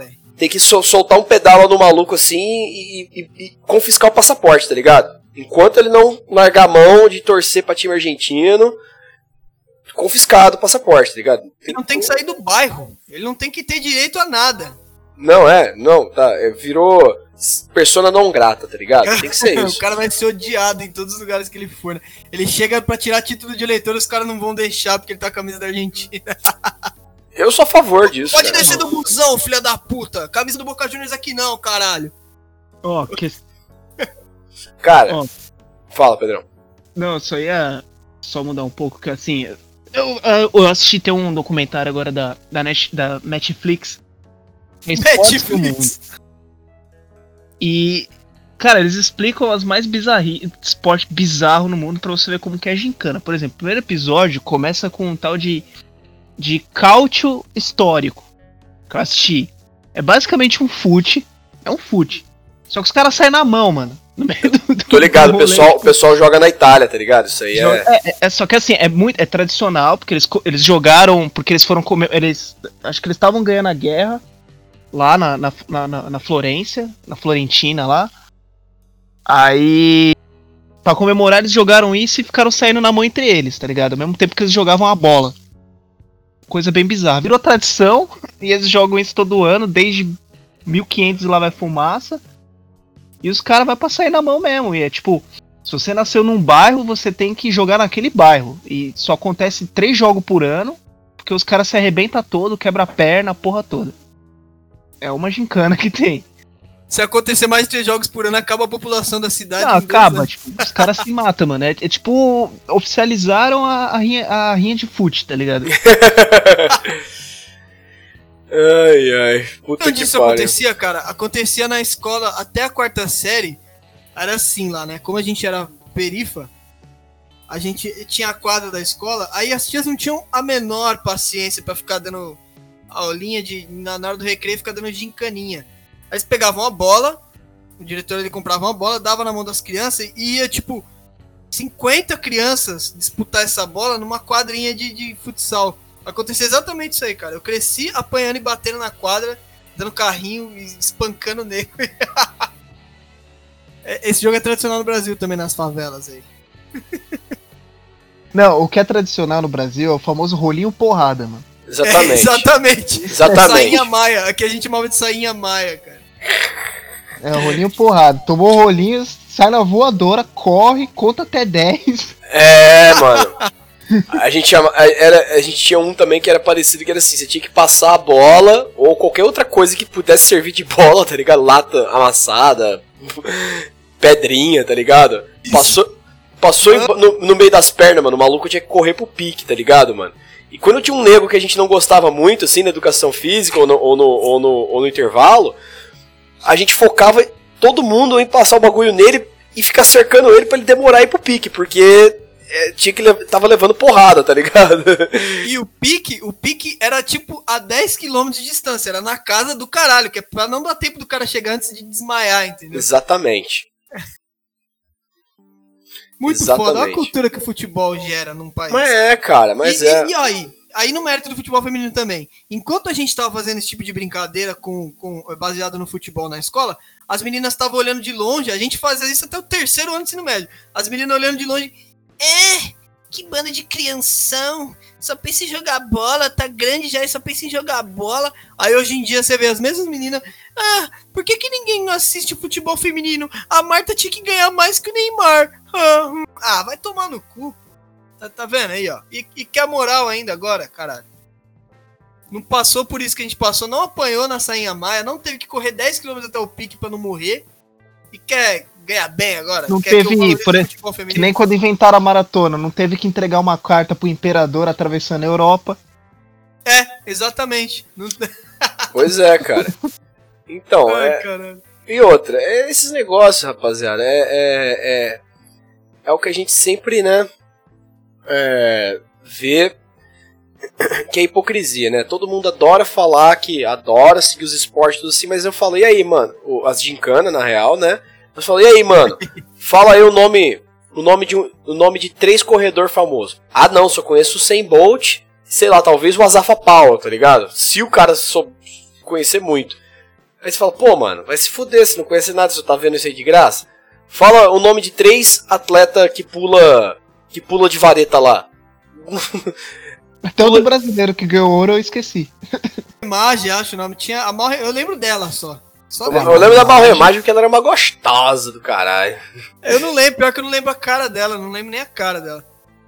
tem que sol- soltar um pedal no maluco assim e, e, e confiscar o passaporte, tá ligado? Enquanto ele não largar a mão de torcer pra time argentino, confiscado o passaporte, tá ligado? Ele não tem que sair do bairro, ele não tem que ter direito a nada. Não, é, não, tá, é, virou persona não grata, tá ligado? Tem que ser isso. O cara vai ser odiado em todos os lugares que ele for, né? Ele chega pra tirar título de eleitor, os caras não vão deixar porque ele tá com a camisa da Argentina. Eu sou a favor disso, Pode cara. descer do busão, filha da puta. Camisa do Boca Juniors aqui não, caralho. Ó, oh, que... Cara, oh. Fala, Pedrão. Não, eu só ia só mudar um pouco, que assim, eu, eu assisti tem um documentário agora da, da, Net, da Netflix. Netflix. E, cara, eles explicam as mais bizarri... esporte bizarro no mundo pra você ver como que é gincana. Por exemplo, o primeiro episódio começa com um tal de de cálcio histórico, que eu assisti. É basicamente um fute, é um fute. Só que os caras saem na mão, mano. No meio do, do Tô ligado, o rolê. pessoal, o pessoal joga na Itália, tá ligado? Isso aí Joga, é... é... é... Só que assim, é muito é tradicional, porque eles, eles jogaram, porque eles foram comer... Eles, acho que eles estavam ganhando a guerra lá na, na, na, na Florência, na Florentina lá. Aí, pra comemorar, eles jogaram isso e ficaram saindo na mão entre eles, tá ligado? Ao mesmo tempo que eles jogavam a bola. Coisa bem bizarra. Virou tradição e eles jogam isso todo ano, desde mil e quinhentos e lá vai fumaça. E os caras vão pra sair na mão mesmo. E é tipo, se você nasceu num bairro, você tem que jogar naquele bairro. E só acontece três jogos por ano, porque os caras se arrebentam todo, quebra a perna, a porra toda. É uma gincana que tem. Se acontecer mais de três jogos por ano, acaba a população da cidade. Não, acaba, tipo, os caras se matam, mano. É, é tipo, oficializaram a, a, rinha, a rinha de fute, tá ligado? Ai, ai, puta Onde que isso pariu. acontecia, cara? Acontecia na escola até a quarta série. Era assim lá, né? Como a gente era perifa, a gente tinha a quadra da escola, aí as tias não tinham a menor paciência pra ficar dando aulinha de, na hora do recreio, ficar dando gincaninha. Aí eles pegavam a bola, o diretor ele comprava uma bola, dava na mão das crianças e ia, tipo, cinquenta crianças disputar essa bola numa quadrinha de, de futsal. Aconteceu exatamente isso aí, cara. Eu cresci apanhando e batendo na quadra, dando carrinho e espancando o nego. Esse jogo é tradicional no Brasil também, nas favelas aí. Não, o que é tradicional no Brasil é o famoso rolinho porrada, mano. Exatamente. É, exatamente. Exatamente. Sainha maia. Aqui a gente chamava de sainha maia, cara. É, rolinho porrada. Tomou rolinho, sai na voadora, corre, conta até dez. É, mano. A gente, chama, era, a gente tinha um também que era parecido, que era assim, você tinha que passar a bola, ou qualquer outra coisa que pudesse servir de bola, tá ligado? Lata amassada, pedrinha, tá ligado? Passou, passou em, no, no meio das pernas, mano, o maluco tinha que correr pro pique, tá ligado, mano? E quando tinha um nego que a gente não gostava muito, assim, na educação física ou no, ou no, ou no, ou no intervalo, a gente focava todo mundo em passar o bagulho nele e ficar cercando ele pra ele demorar a ir pro pique, porque... É, tinha que le- tava levando porrada, tá ligado? E o pique, o pique era tipo a dez quilômetros de distância, era na casa do caralho, que é pra não dar tempo do cara chegar antes de desmaiar, entendeu? Exatamente. Muito Exatamente. foda, olha a cultura que o futebol gera num país. Mas é, cara, mas e, é. E, e aí, aí no mérito do futebol feminino também, enquanto a gente tava fazendo esse tipo de brincadeira com, com, baseado no futebol na escola, as meninas estavam olhando de longe, a gente fazia isso até o terceiro ano de ensino médio, as meninas olhando de longe... É, que banda de crianção, só pensa em jogar bola, tá grande já e só pensa em jogar bola. Aí hoje em dia você vê as mesmas meninas, ah, por que que ninguém não assiste futebol feminino? A Marta tinha que ganhar mais que o Neymar. Ah, hum. ah vai tomar no cu. Tá, tá vendo aí, ó. E, e quer moral ainda agora, caralho. Não passou por isso que a gente passou, não apanhou na sainha maia, não teve que correr dez quilômetros até o pique pra não morrer. E quer... ganhar bem agora? Não Quer teve, por exemplo, que nem quando inventaram a maratona, não teve que entregar uma carta pro imperador atravessando a Europa. É, exatamente. Não... Pois é, cara. Então, Ai, é... caralho. E outra, é esses negócios, rapaziada, é, é, é, é o que a gente sempre, né, é, vê que é hipocrisia, né? Todo mundo adora falar que adora seguir os esportes, tudo assim, mas eu falei, e aí, mano, as gincanas, na real, né? Eu falei, e aí, mano, fala aí o nome, o nome de, um, o nome de três corredor famosos. Ah, não, só conheço o Usain Bolt, sei lá, talvez o Azafa Powell, tá ligado? Se o cara sou conhecer muito. Aí você fala, pô, mano, vai se fuder, você não conhece nada, você tá vendo isso aí de graça? Fala o nome de três atletas que pula que pula de vareta lá. Até o do brasileiro que ganhou ouro eu esqueci. Imagem, acho o nome. Tinha a Mal... Eu lembro dela só. só Eu, dela. eu lembro da Balremagem porque ela era uma gostosa do caralho. Eu não lembro, pior que eu não lembro a cara dela, não lembro nem a cara dela.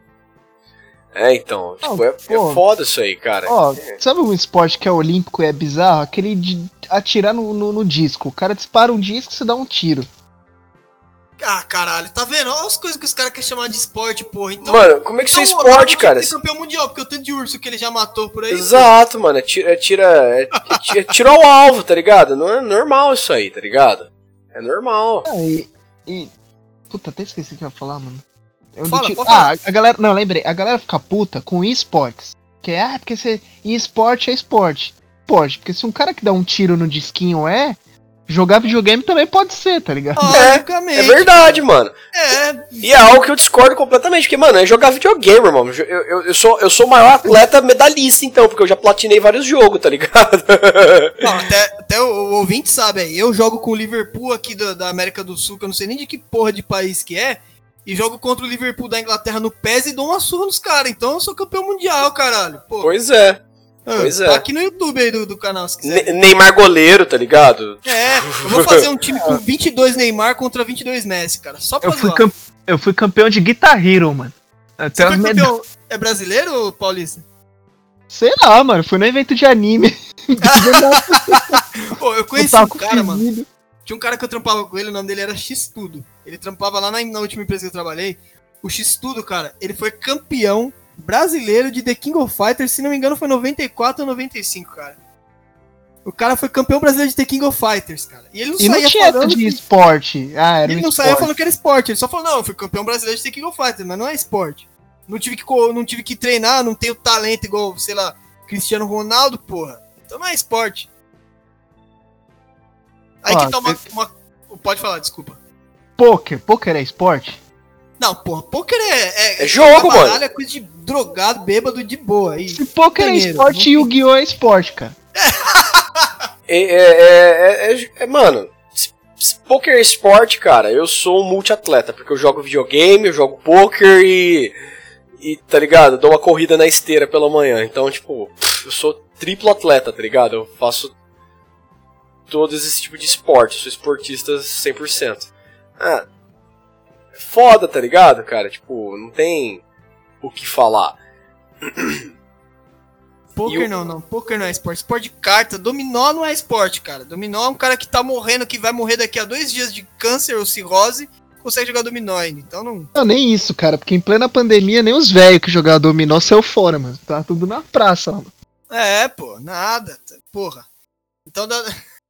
É, então, tipo, Oh, é, pô. é foda isso aí, cara. Ó, sabe um esporte que é olímpico e é bizarro? Aquele de atirar no, no, no disco. O cara dispara um disco e você dá um tiro. Ah, caralho, tá vendo? Olha as coisas que os caras querem chamar de esporte, porra. Então, Mano, como é que isso é então, esporte, Ronaldo cara? tinha que ser campeão mundial, porque o tanto de urso que ele já matou por aí. Exato, mano, é tira, é tira, é, é tira, é tira ao alvo, tá ligado? Não é normal isso aí, tá ligado? É normal. Ah, e, e... Puta, até esqueci o que eu ia falar, mano. Eu Fala, do tipo- pode falar. Ah, a galera... Não, lembrei. A galera fica puta com esportes. Que é, ah, porque você... esporte é esporte. Esporte, porque se um cara que dá um tiro no disquinho é... Jogar videogame também pode ser, tá ligado? Logicamente. É verdade, mano. É, E é algo que eu discordo completamente, porque, mano, é jogar videogame, irmão. Eu, eu, eu, sou, eu sou o maior atleta medalhista, então, porque eu já platinei vários jogos, tá ligado? não, até, até o, o ouvinte sabe aí, eu jogo com o Liverpool aqui da, da América do Sul, que eu não sei nem de que porra de país que é, e jogo contra o Liverpool da Inglaterra no P E S e dou uma surra nos caras, então eu sou campeão mundial, caralho. Pô, Pois é. ah, pois tá é. aqui no YouTube aí do, do canal, se quiser. Ne- Neymar goleiro, tá ligado? É, eu vou fazer um time com vinte e dois Neymar contra vinte e dois Messi, cara, só pra Eu fui, zoar. cam... eu fui campeão de Guitar Hero, mano. Até Você as foi meda- campeão, é brasileiro ou paulista? Sei lá, mano. Fui no evento de anime. Pô, eu conheci um Otaku cara, mano. fedido. Tinha um cara que eu trampava com ele, o nome dele era X-Tudo. Ele trampava lá na, na última empresa que eu trabalhei. O X-Tudo, cara, ele foi campeão brasileiro de The King of Fighters, se não me engano foi noventa e quatro ou noventa e cinco, cara. O cara foi campeão brasileiro de The King of Fighters, cara. E ele não E não saía tinha essa falando de que... esporte. Ah, era Ele um não saía esporte. falando que era esporte. Ele só falou, não, eu fui campeão brasileiro de The King of Fighters, mas não é esporte. Não tive que, co- não tive que treinar, não tenho talento igual, sei lá, Cristiano Ronaldo, porra. Então não é esporte. Aí Ó, que tá uma, cê- uma... Pode falar, desculpa. Poker. Poker é esporte? Não, porra, poker é... É, É jogo, baralho, mano. É coisa de drogado, bêbado de boa. Aí. Se poker é Dinheiro, esporte, não- Yu-Gi-Oh! É esporte, cara. É, é, é, é, é- mano, se- se poker é esporte, cara, eu sou um multiatleta, porque eu jogo videogame, eu jogo poker e, e, tá ligado, dou uma corrida na esteira pela manhã, então, tipo, eu sou triplo atleta, tá ligado, eu faço todos esse tipo de esporte, eu sou esportista cem por cento. Ah, é foda, tá ligado, cara, tipo, não tem o que falar. Poker E o- não, não. Poker não é esporte. Esporte de carta. Dominó não é esporte, cara. Dominó é um cara que tá morrendo, que vai morrer daqui a dois dias de câncer ou cirrose, consegue jogar dominó ainda. Então não... Não, nem isso, cara. Porque em plena pandemia, nem os velhos que jogavam dominó saiu fora, mano. Tá tudo na praça, mano. É, pô, nada. Porra. Então dá...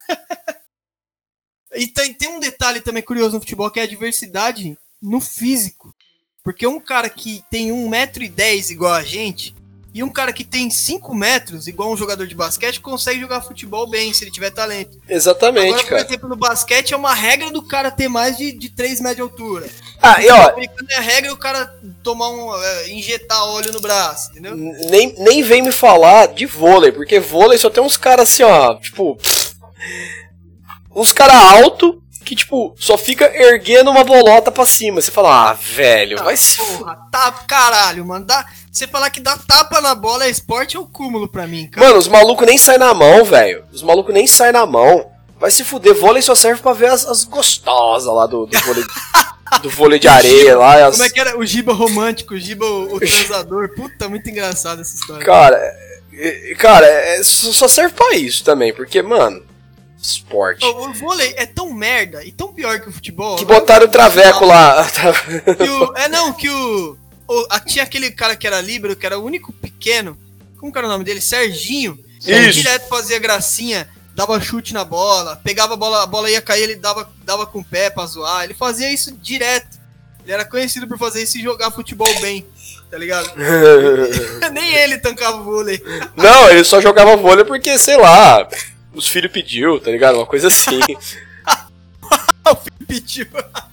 E tem, tem um detalhe também curioso no futebol, que é a diversidade no físico. Porque um cara que tem um metro e dez igual a gente, e um cara que tem cinco metros, igual um jogador de basquete, consegue jogar futebol bem, se ele tiver talento. Exatamente, Agora, por cara. exemplo, no basquete é uma regra do cara ter mais de, de três metros de altura. Ah, e ó, Americano é a regra o cara tomar um. É, injetar óleo no braço, entendeu? nem, nem vem me falar de vôlei, porque vôlei só tem uns caras assim, ó, tipo. Uns caras alto que, tipo, só fica erguendo uma bolota pra cima. Você fala, ah, velho, vai se. f- Porra, tapa, caralho, mano. Dá, você falar que dá tapa na bola é esporte é o cúmulo pra mim, cara. Mano, os malucos nem saem na mão, velho. Os malucos nem saem na mão. Vai se fuder, vôlei só serve pra ver as, as gostosas lá do, do vôlei. Do vôlei de areia lá. e As... Como é que era? O Giba romântico, o Giba o, o transador. Puta, muito engraçado essa história. Cara, é- é- cara, é- só só serve pra isso também, porque, mano, esporte. O, o vôlei é tão merda e tão pior que o futebol. Que botaram o traveco lá. Que o, é não, que o, o a, tinha aquele cara que era líbero, que era o único pequeno. Como que era o nome dele? Serginho. Ele Isso. direto fazia gracinha, dava chute na bola, pegava a bola, a bola ia cair, ele dava, dava com o pé pra zoar. Ele fazia isso direto. Ele era conhecido por fazer isso e jogar futebol bem, tá ligado? Nem ele tancava o vôlei. Não, ele só jogava vôlei porque, sei lá, os filhos pediu, tá ligado? Uma coisa assim. O filho pediu.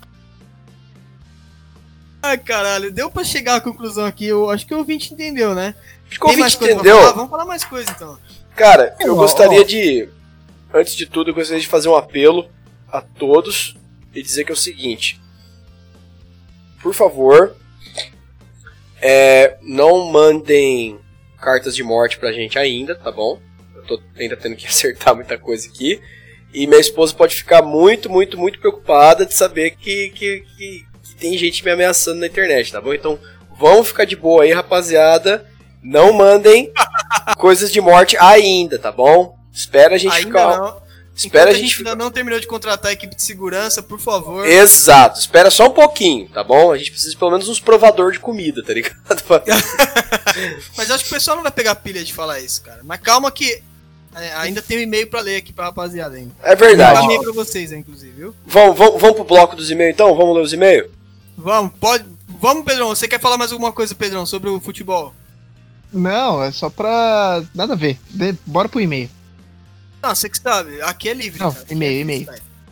Ai, caralho, deu pra chegar à conclusão aqui. Eu acho que o ouvinte entendeu, né? Ficou Tem mais ouvinte, coisa pra entendeu? falar? Vamos falar mais coisa então. Cara, eu Ó, gostaria ó. de. antes de tudo, eu gostaria de fazer um apelo a todos e dizer que é o seguinte. Por favor, é, não mandem cartas de morte pra gente ainda, tá bom? Eu tô ainda tendo que acertar muita coisa aqui. E minha esposa pode ficar muito, muito, muito preocupada de saber que, que, que, que tem gente me ameaçando na internet, tá bom? Então, vamos ficar de boa aí, rapaziada. Não mandem coisas de morte ainda, tá bom? Espera a gente ainda ficar... Não. Espera Enquanto a gente ainda ficar... não terminou de contratar a equipe de segurança, por favor. Exato, espera só um pouquinho, tá bom? A gente precisa de pelo menos uns provador de comida, tá ligado? Mas eu acho que o pessoal não vai pegar pilha de falar isso, cara. Mas calma que é, ainda tem um e-mail pra ler aqui pra rapaziada ainda. É verdade. Tem um e-mail pra vocês, inclusive, viu? Vamos, vamos, vamos pro bloco dos e-mails então? Vamos ler os e-mails? Vamos, pode. Vamos, Pedrão. Você quer falar mais alguma coisa, Pedrão, sobre o futebol? Não, é só pra... Nada a ver. De... Bora pro e-mail. Não, você que sabe. Aqui é livre. Não, cara. e-mail, é e-mail.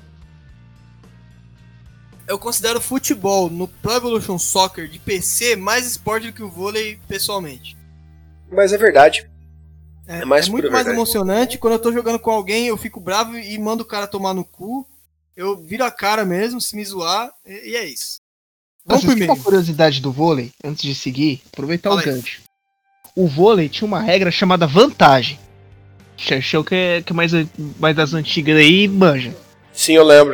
Eu considero futebol no Pro Evolution Soccer de P C mais esporte do que o vôlei pessoalmente. Mas é verdade. É, É mais é muito pura mais verdade. emocionante. Quando eu tô jogando com alguém, eu fico bravo e mando o cara tomar no cu. Eu viro a cara mesmo, se me zoar, e, e é isso. Vamos Nossa, pro uma e-mail. curiosidade do vôlei, antes de seguir, aproveitar Fala o aí. gancho. O vôlei tinha uma regra chamada vantagem. Xerxel que é, que é mais, mais das antigas aí, manja. Sim, eu lembro.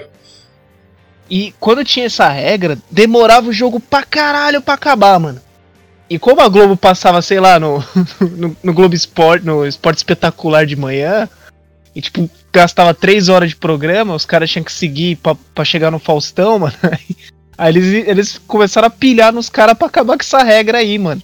E quando tinha essa regra, demorava o jogo pra caralho pra acabar, mano. E como a Globo passava, sei lá, no, no, no Globo Esporte, no Esporte Espetacular de manhã, e tipo, gastava três horas de programa, os caras tinham que seguir pra, pra chegar no Faustão, mano. Aí eles, eles começaram a pilhar nos caras pra acabar com essa regra aí, mano.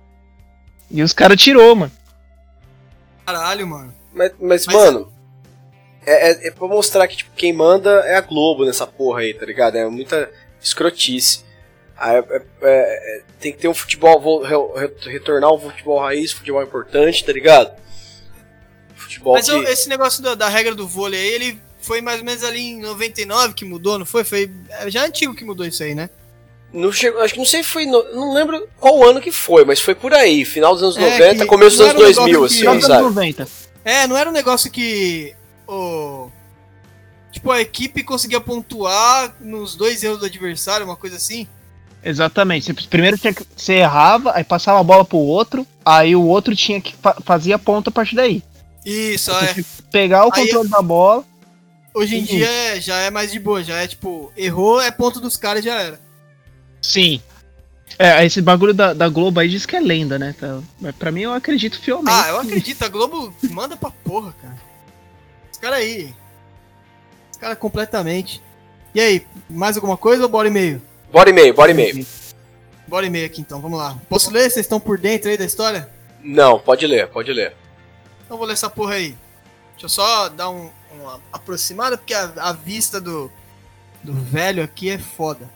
E os caras tirou, mano. Caralho, mano. Mas, mas, Mas mano, é, é, é pra mostrar que tipo, quem manda é a Globo nessa porra aí, tá ligado? É muita escrotice. Ah, é- é- é- é- tem que ter um futebol, vou re- re- retornar o futebol raiz, futebol importante, tá ligado? Futebol Mas que... eu- esse negócio da, da regra do vôlei aí, ele foi mais ou menos ali em noventa e nove que mudou, não foi? Foi é já antigo que mudou isso aí, né? Não chegou, acho que não sei se foi. No, não lembro qual ano que foi, mas foi por aí. Final dos anos É, noventa, que começo não dos era anos um dois mil, negócio assim, que- Final dos sabe? anos noventa. É, não era um negócio que o tipo a equipe conseguia pontuar nos dois erros do adversário, uma coisa assim. Exatamente. Você primeiro tinha que, você errava, aí passava a bola pro outro, aí o outro tinha que fa fazia ponto a partir daí. Isso, Você é. tinha que pegar o Aí- controle da bola. Hoje em Uhum. dia é- já é mais de boa, já é tipo, errou, é ponto dos caras e já era. Sim. É, esse bagulho da, da Globo aí diz que é lenda, né? Tá? Mas pra mim eu acredito fielmente. Ah, eu acredito, a Globo manda pra porra, cara. Os caras aí. Os caras completamente. E aí, mais alguma coisa ou bora e meio? Bora e meio, bora e meio. Bora e meio aqui então, vamos lá. Posso ler? Vocês estão por dentro aí da história? Não, pode ler, pode ler. Então vou ler essa porra aí. Deixa eu só dar um, uma aproximada, porque a, a vista do, do velho aqui é foda.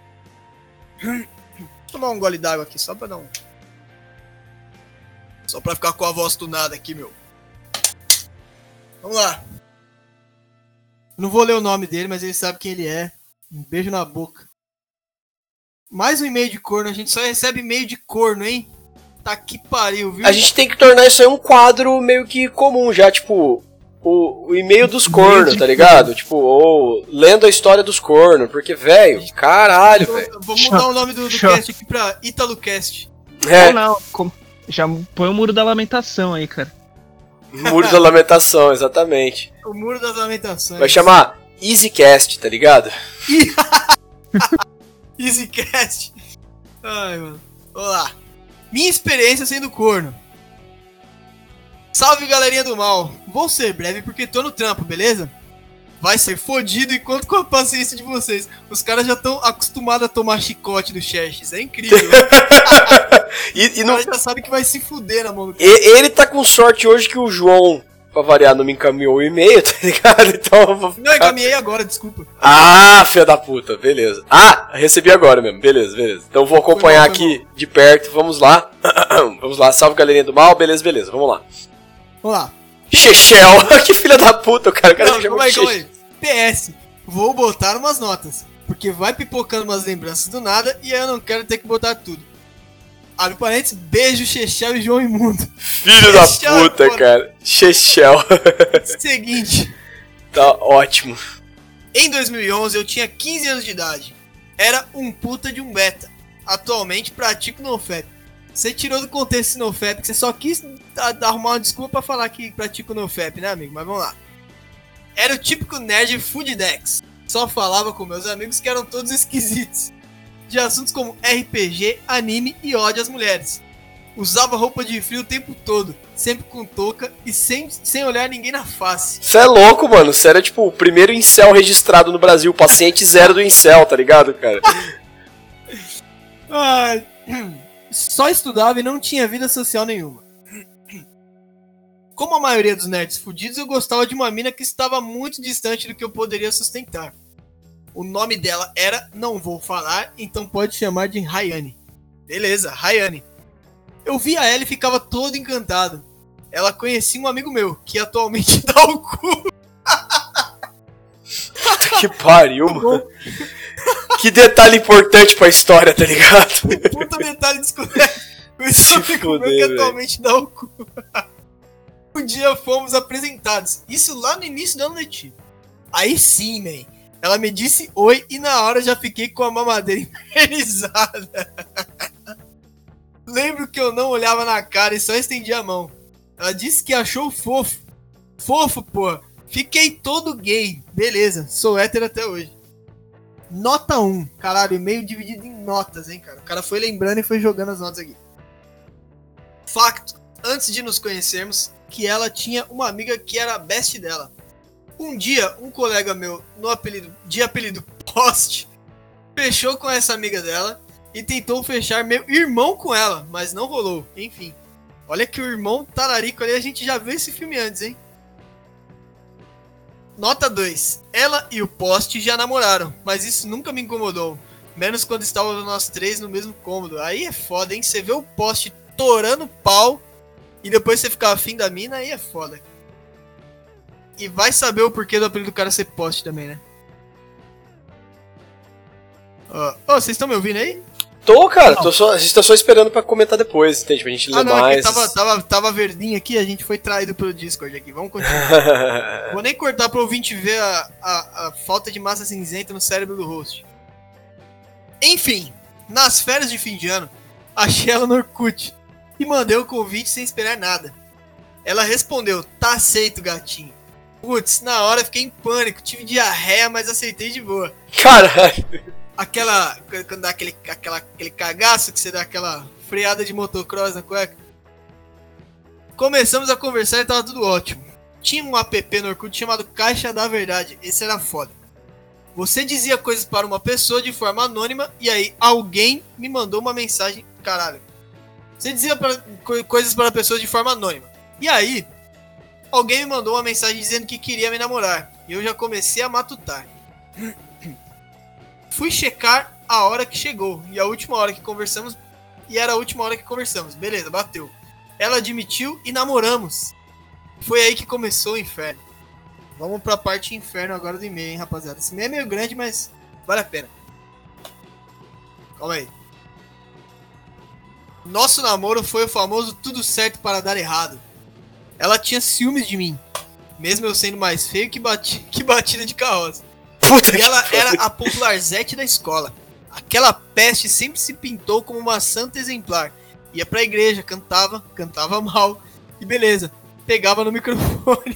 Vou tomar um gole d'água aqui, só pra dar um... Só pra ficar com a voz tunada aqui, meu. Vamos lá. Não vou ler o nome dele, mas ele sabe quem ele é. Um beijo na boca. Mais um e-mail de corno, a gente só recebe e-mail de corno, hein? Tá que pariu, viu? A gente tem que tornar isso aí um quadro meio que comum já, tipo, o, o e-mail dos cornos, tá ligado? Tipo, ou lendo a história dos cornos, porque, velho, caralho, Eu- velho. eu Vou mudar o nome do, do Show. cast aqui pra ItaloCast. É, Ou não, com- já põe o muro da lamentação aí, cara. Muro da Lamentação, exatamente. O Muro das Lamentações. Vai chamar EasyCast, tá ligado? EasyCast. Ai, mano. Vamos lá. Minha experiência sendo corno. Salve, galerinha do mal. Vou ser breve porque tô no trampo, beleza? Vai ser fodido e conto com a paciência de vocês. Os caras já estão acostumados a tomar chicote do Xerxes. É incrível. E, e O não, cara já sabe que vai se fuder na mão do cara. e- ele tá com sorte hoje que o João, pra variar, não me encaminhou o e-mail, tá ligado? Então eu vou Não, eu ficar... encaminhei agora, desculpa. Ah, filha da puta, beleza. Ah, recebi agora mesmo, beleza, beleza. Então eu vou acompanhar Foi mal, foi aqui de perto, vamos lá. Vamos lá, salve galerinha do mal, beleza, beleza, vamos lá. Vamos lá. Chechel, que filha da puta, cara, o cara Não, me chamou calma aí, de calma Chechel. aí. P S. Vou botar umas notas. Porque vai pipocando umas lembranças do nada e aí eu não quero ter que botar tudo. Abre parênteses, beijo, Chechel e João Imundo. Filho da Chechel é puta, foda. cara. Chechel. Seguinte, Tá ótimo. Em dois mil e onze eu tinha quinze anos de idade. Era um puta de um beta. Atualmente pratico NoFap. Você tirou do contexto esse NoFap, que você só quis arrumar uma desculpa pra falar que pratica o NoFap, né, amigo? Mas vamos lá. Era o típico nerd fooddex. Só falava com meus amigos que eram todos esquisitos. De assuntos como R P G, anime e ódio às mulheres. Usava roupa de frio o tempo todo, sempre com touca e sem, sem olhar ninguém na face. Você é louco, mano. Você era tipo o primeiro incel registrado no Brasil, paciente zero do incel, tá ligado, cara? Ah, só estudava e não tinha vida social nenhuma. Como a maioria dos nerds fudidos, eu gostava de uma mina que estava muito distante do que eu poderia sustentar. O nome dela era, não vou falar, então pode chamar de Rayane. Beleza, Rayane. Eu via ela e ficava todo encantado. Ela conhecia um amigo meu, que atualmente dá o cu. Que pariu, mano. Que detalhe importante pra história, tá ligado? Puta detalhe descoberto. Conheci um amigo meu que atualmente dá o cu. Um dia fomos apresentados. Isso lá no início do ano letivo. Aí sim, man. Ela me disse oi e na hora já fiquei com a mamadeira infernizada. Lembro que eu não olhava na cara e só estendia a mão. Ela disse que achou fofo. Fofo, pô. Fiquei todo gay. Beleza, sou hétero até hoje. Nota um. Caralho, e-mail dividido em notas, hein, cara. O cara foi lembrando e foi jogando as notas aqui. Facto. Antes de nos conhecermos, que ela tinha uma amiga que era a best dela. Um dia, um colega meu, no apelido, de apelido Post, fechou com essa amiga dela e tentou fechar meu irmão com ela, mas não rolou. Enfim, olha que o irmão talarico ali, a gente já viu esse filme antes, hein? Nota dois. Ela e o Post já namoraram, mas isso nunca me incomodou. Menos quando estávamos nós três no mesmo cômodo. Aí é foda, hein? Você vê o Post torando pau e depois você ficar afim da mina, aí é foda. E vai saber o porquê do apelido do cara ser Post também, né? Ó, oh, oh, vocês estão me ouvindo aí? Tô, cara. Tô só, a gente tá só esperando pra comentar depois, entende? Pra gente ler ah, não, mais. Tava, tava, tava verdinho aqui, a gente foi traído pelo Discord aqui. Vamos continuar. Vou nem cortar pro ouvinte ver a, a, a falta de massa cinzenta no cérebro do host. Enfim, nas férias de fim de ano, achei ela no Orkut e mandei o convite sem esperar nada. Ela respondeu, tá aceito, gatinho. Putz, na hora fiquei em pânico, tive diarreia, mas aceitei de boa. Caralho. Aquela, quando dá aquele, aquela, aquele cagaço que você dá aquela freada de motocross na cueca. Começamos a conversar e tava tudo ótimo. Tinha um app no Orkut chamado Caixa da Verdade, esse era foda. Você dizia coisas para uma pessoa de forma anônima e aí alguém me mandou uma mensagem, caralho. Você dizia pra, co- coisas para pessoas de forma anônima. E aí, alguém me mandou uma mensagem dizendo que queria me namorar. E eu já comecei a matutar. Fui checar a hora que chegou. E a última hora que conversamos. E era a última hora que conversamos. Beleza, bateu. Ela admitiu e namoramos. Foi aí que começou o inferno. Vamos pra parte inferno agora do e-mail, hein, rapaziada. Esse e-mail é meio grande, mas vale a pena. Calma aí. Nosso namoro foi o famoso tudo certo para dar errado. Ela tinha ciúmes de mim, mesmo eu sendo mais feio que, bati, que batida de carroça. Puta E ela que era a popularzete da escola. Aquela peste sempre se pintou como uma santa exemplar. Ia pra igreja, cantava, cantava mal. E beleza, pegava no microfone.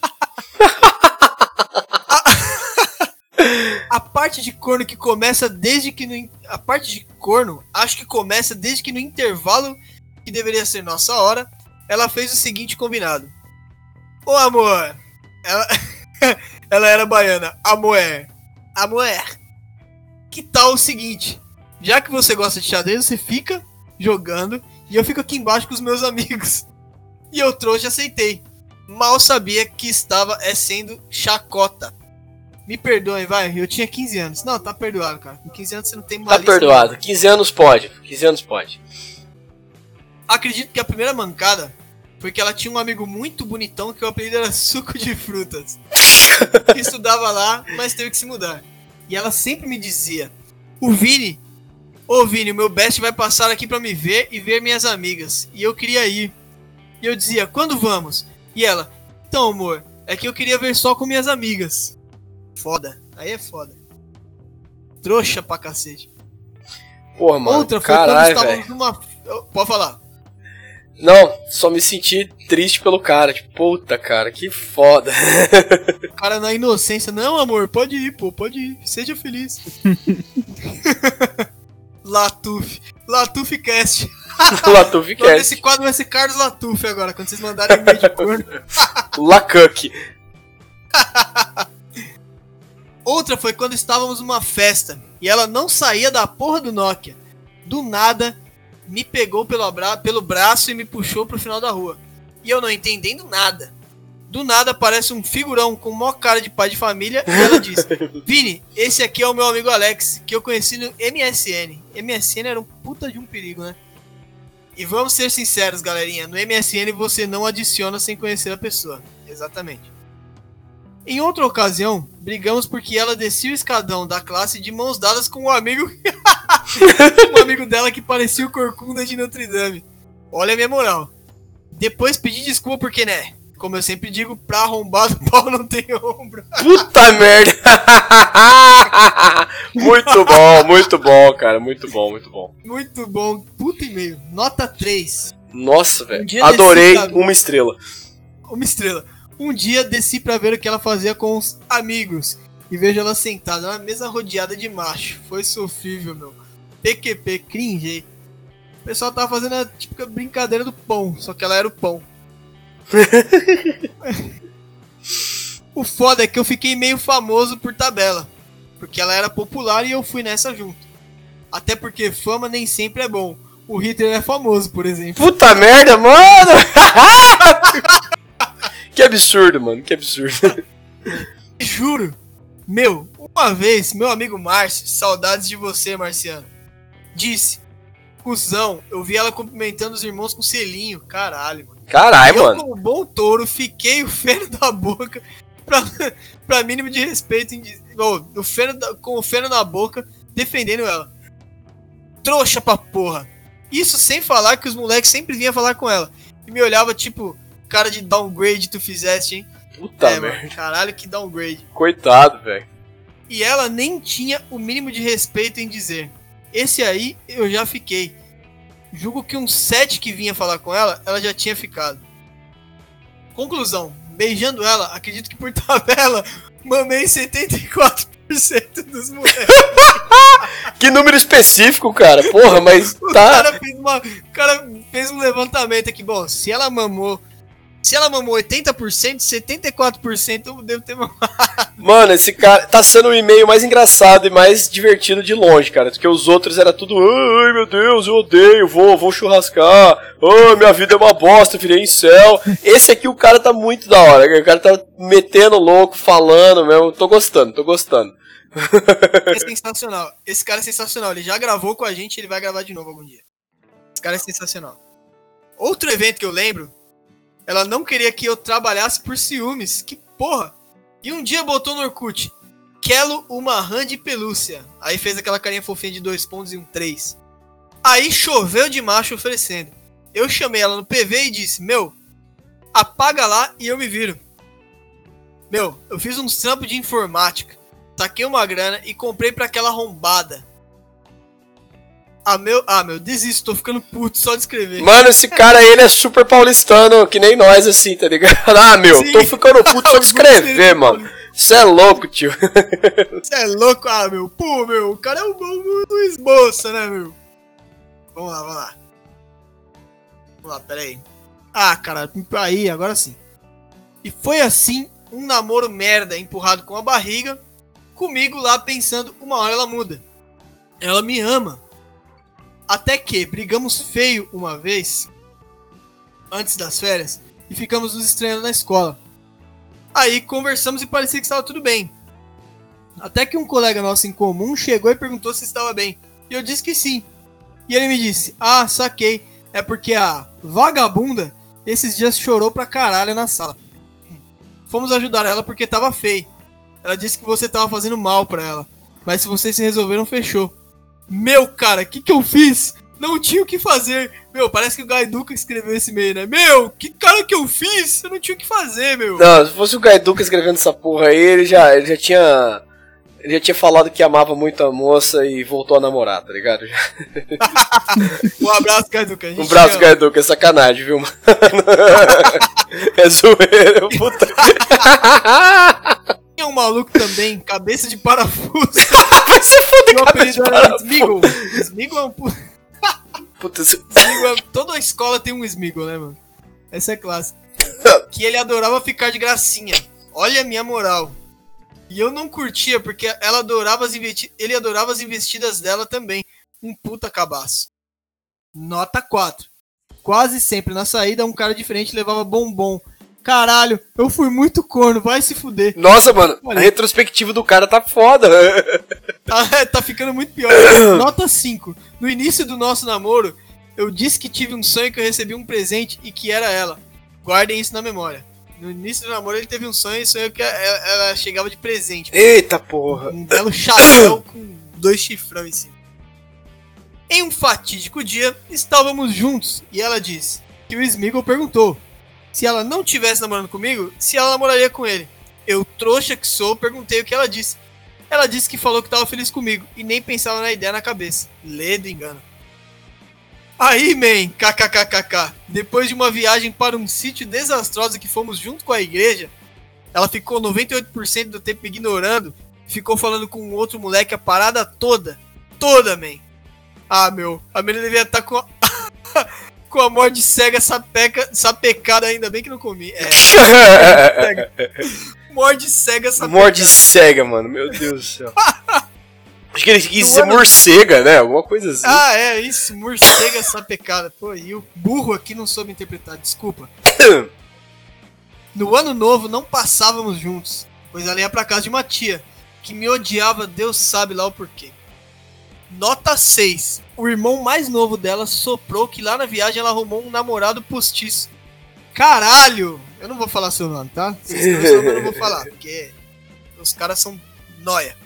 A parte de corno que começa desde que no... A parte de corno, acho que começa desde que no intervalo que deveria ser nossa hora, ela fez o seguinte combinado. Ô amor, ela, ela era baiana, amor, amor, que tal o seguinte, já que você gosta de xadrez, você fica jogando e eu fico aqui embaixo com os meus amigos. E eu trouxe e aceitei. Mal sabia que estava é sendo chacota. Me perdoem, vai, eu tinha quinze anos. Não, tá perdoado, cara. Com quinze anos você não tem malícia. Tá perdoado, quinze anos pode, quinze anos pode. Acredito que a primeira mancada foi que ela tinha um amigo muito bonitão que o apelido era Suco de Frutas. Que estudava lá, mas teve que se mudar. E ela sempre me dizia, o Vini, ô Vini, o meu best vai passar aqui pra me ver e ver minhas amigas. E eu queria ir. E eu dizia, quando vamos? E ela, então amor, é que eu queria ver só com minhas amigas. Foda. Aí é foda. Trouxa pra cacete. Porra, mano. Outra foi caralho, quando velho. estávamos numa... Pode falar. Não, só me senti triste pelo cara. Tipo, puta, cara, que foda. O cara na inocência. Não, amor, pode ir, pô, pode ir. Seja feliz. Latuf. Latuf Cast. Latuf Então, Cast. esse quadro vai ser Carlos Latuf agora, quando vocês mandarem e-mail de corno. Lacuck. Outra foi quando estávamos numa festa e ela não saía da porra do Nokia. Do nada, me pegou pelo, abra- pelo braço e me puxou pro final da rua. E eu não entendendo nada. Do nada aparece um figurão com mó cara de pai de família e ela diz: Vini, esse aqui é o meu amigo Alex, que eu conheci no M S N. M S N era um puta de um perigo, né? E vamos ser sinceros, galerinha, no M S N você não adiciona sem conhecer a pessoa. Exatamente. Em outra ocasião, brigamos porque ela descia o escadão da classe de mãos dadas com um amigo um amigo dela que parecia o Corcunda de Notre Dame. Olha a minha moral. Depois pedi desculpa porque, né, como eu sempre digo, pra arrombado pau não tem ombro. Puta merda. Muito bom, muito bom, cara. Muito bom, muito bom. Muito bom. Puta e-mail. Nota três. Nossa, velho. Um dia Adorei desci pra- uma estrela. Uma estrela. Um dia desci pra ver o que ela fazia com os amigos e vejo ela sentada na mesa rodeada de macho. Foi sofrível, meu. P Q P, cringe. O pessoal tava fazendo a típica brincadeira do pão, só que ela era o pão. O foda é que eu fiquei meio famoso por tabela, porque ela era popular e eu fui nessa junto. Até porque fama nem sempre é bom. O Hitler é famoso, por exemplo. Puta merda, mano. Que absurdo, mano. Que absurdo. Juro. Meu, uma vez, meu amigo Márcio, saudades de você, Marciano, disse: cuzão, eu vi ela cumprimentando os irmãos com selinho. Caralho, mano. Caralho, eu, mano. como bom touro, fiquei o feno da boca pra, pra mínimo de respeito. Em, oh, o feno da, com o feno na boca, defendendo ela. Trouxa pra porra. Isso sem falar que os moleques sempre vinham falar com ela. E me olhava tipo, cara de downgrade tu fizeste, hein? Puta é, merda. mano, caralho, que downgrade. Coitado, velho. E ela nem tinha o mínimo de respeito em dizer: esse aí eu já fiquei. Julgo que uns sete que vinha falar com ela, ela já tinha ficado. Conclusão: beijando ela, acredito que por tabela, mamei setenta e quatro por cento dos moleques. Que número específico, cara. Porra, mas O tá. cara fez uma, o cara fez um levantamento aqui. Bom, se ela mamou. Se ela mamou oitenta por cento, setenta e quatro por cento eu devo ter mamado. Mano, esse cara tá sendo o e-mail mais engraçado e mais divertido de longe, cara. Porque os outros era tudo, ai meu Deus, eu odeio, vou, vou churrascar, ai minha vida é uma bosta, virei em céu. Esse aqui o cara tá muito da hora, o cara tá metendo louco, falando mesmo, tô gostando, tô gostando. É sensacional. Esse cara é sensacional. Ele já gravou com a gente e ele vai gravar de novo algum dia. Esse cara é sensacional. Outro evento que eu lembro, ela não queria que eu trabalhasse por ciúmes. Que porra! E um dia botou no Orkut: quero uma rã de pelúcia. Aí fez aquela carinha fofinha de dois pontos e um três. Aí choveu de macho oferecendo. Eu chamei ela no P V e disse: meu, apaga lá e eu me viro. Meu, eu fiz uns trampos de informática, saquei uma grana e comprei pra aquela arrombada. Ah, meu, ah, meu, desisto, tô ficando puto só de escrever. Mano, esse cara aí, ele é super paulistano, que nem nós, assim, tá ligado? Ah, meu, Sim. tô ficando puto só de escrever, mano. Você é louco, tio. Você é louco? Ah, meu, pô, meu, o cara é o bom do esboço, né, meu? Vamos lá, vamos lá. Vamos lá, pera aí. Ah, cara, aí, agora sim. E foi assim, um namoro merda, empurrado com a barriga, comigo lá pensando, uma hora ela muda. Ela me ama. Até que brigamos feio uma vez, antes das férias, e ficamos nos estranhando na escola. Aí conversamos e parecia que estava tudo bem. Até que um colega nosso em comum chegou e perguntou se estava bem. E eu disse que sim. E ele me disse: ah, saquei, é porque a vagabunda esses dias chorou pra caralho na sala. Fomos ajudar ela porque tava feio. Ela disse que você tava fazendo mal pra ela, mas se vocês se resolveram, fechou. Meu, cara, o que que eu fiz? Não tinha o que fazer. Meu, parece que o Gaiduca escreveu esse e-mail, né? Meu, que cara que eu fiz? Eu não tinha o que fazer, meu. Não, se fosse o Gaiduca escrevendo essa porra aí, ele já, ele já tinha... Ele já tinha falado que amava muito a moça e voltou a namorar, tá ligado? Um abraço, Gaiduca. Um abraço, Gaiduca. É sacanagem, viu, mano? É zoeira, puta. Tinha um maluco também, cabeça de parafuso. Vai se foder, cabeça de parafuso. Smiggle. Smiggle é um... Puta, esse... Smiggle é... Toda escola tem um Smiggle, né, mano? Essa é clássica. Que ele adorava ficar de gracinha. Olha a minha moral. E eu não curtia, porque ela adorava as investi... ele adorava as investidas dela também. Um puta cabaço. Nota quatro. Quase sempre na saída um cara diferente levava bombom. Caralho, eu fui muito corno, vai se fuder. Nossa, mano, a retrospectiva do cara tá foda. Tá, tá ficando muito pior. Nota cinco. No início do nosso namoro, eu disse que tive um sonho que eu recebi um presente e que era ela. Guardem isso na memória. No início do namoro ele teve um sonho e sonhou que ela, ela chegava de presente. Eita porra. Um belo chapéu com dois chifrão em cima. Em um fatídico dia, estávamos juntos e ela disse que o Smiggle perguntou se ela não tivesse namorando comigo, se ela namoraria com ele. Eu, trouxa que sou, perguntei o que ela disse. Ela disse que falou que estava feliz comigo e nem pensava na ideia na cabeça. Ledo engano. Aí, man, kkkk, depois de uma viagem para um sítio desastroso que fomos junto com a igreja, ela ficou noventa e oito por cento do tempo me ignorando, ficou falando com um outro moleque a parada toda, toda, man. Ah, meu, a menina devia estar com a, com a morte cega sapeca, sapecada, ainda bem que não comi. É, morte cega sapecada. Morte cega, mano, meu Deus do céu. Acho que ele quis ser morcega, né? Alguma coisa assim. Ah, é, isso, morcega sapecada. Pô, e o burro aqui não soube interpretar, desculpa. No ano novo não passávamos juntos, pois ela ia pra casa de uma tia, que me odiava, Deus sabe lá o porquê. Nota seis. O irmão mais novo dela soprou que lá na viagem ela arrumou um namorado postiço. Caralho! Eu não vou falar seu nome, tá? Se escreveu seu nome, eu não vou falar, porque os caras são nóia.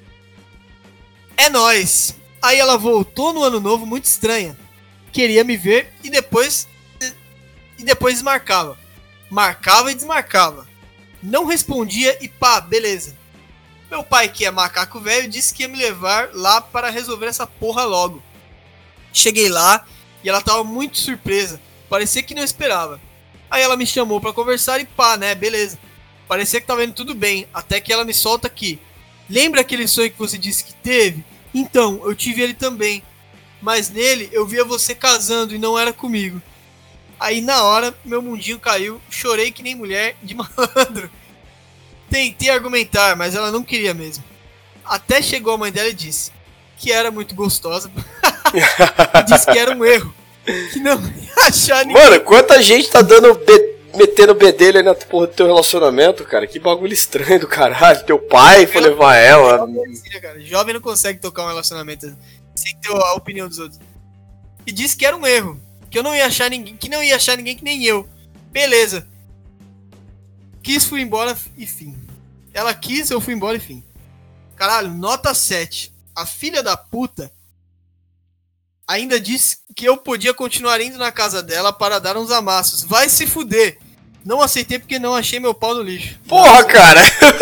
É nóis. Aí ela voltou no ano novo muito estranha. Queria me ver e depois... E depois desmarcava. Marcava e desmarcava. Não respondia e pá, beleza. Meu pai, que é macaco velho, disse que ia me levar lá para resolver essa porra logo. Cheguei lá e ela tava muito surpresa. Parecia que não esperava. Aí ela me chamou pra conversar e pá, né, beleza. Parecia que tava indo tudo bem, até que ela me solta aqui. Lembra aquele sonho que você disse que teve? Então, eu tive ele também. Mas nele eu via você casando e não era comigo. Aí na hora, meu mundinho caiu, chorei que nem mulher de malandro. Tentei argumentar, mas ela não queria mesmo. Até chegou a mãe dela e disse que era muito gostosa. E disse que era um erro. Que não ia achar ninguém. Mano, quanta gente tá dando be- metendo bedelho aí na porra do teu relacionamento, cara. Que bagulho estranho do caralho. Teu pai foi levar ela. Jovem, cara. Jovem não consegue tocar um relacionamento sem ter a opinião dos outros. E disse que era um erro. Que eu não ia achar ninguém. Que não ia achar ninguém que nem eu. Beleza. Quis, fui embora e fim. Ela quis, eu fui embora e fim. Caralho, nota sete. A filha da puta ainda disse que eu podia continuar indo na casa dela para dar uns amassos. Vai se fuder. Não aceitei porque não achei meu pau no lixo. Porra, Nossa, cara.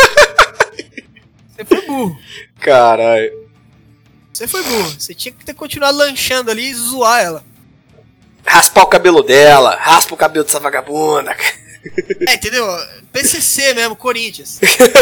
Você foi burro. Caralho. Você foi burro. Você tinha que ter continuado lanchando ali e zoar ela. Raspar o cabelo dela. Raspa o cabelo dessa vagabunda. É, entendeu? P C C mesmo, Corinthians.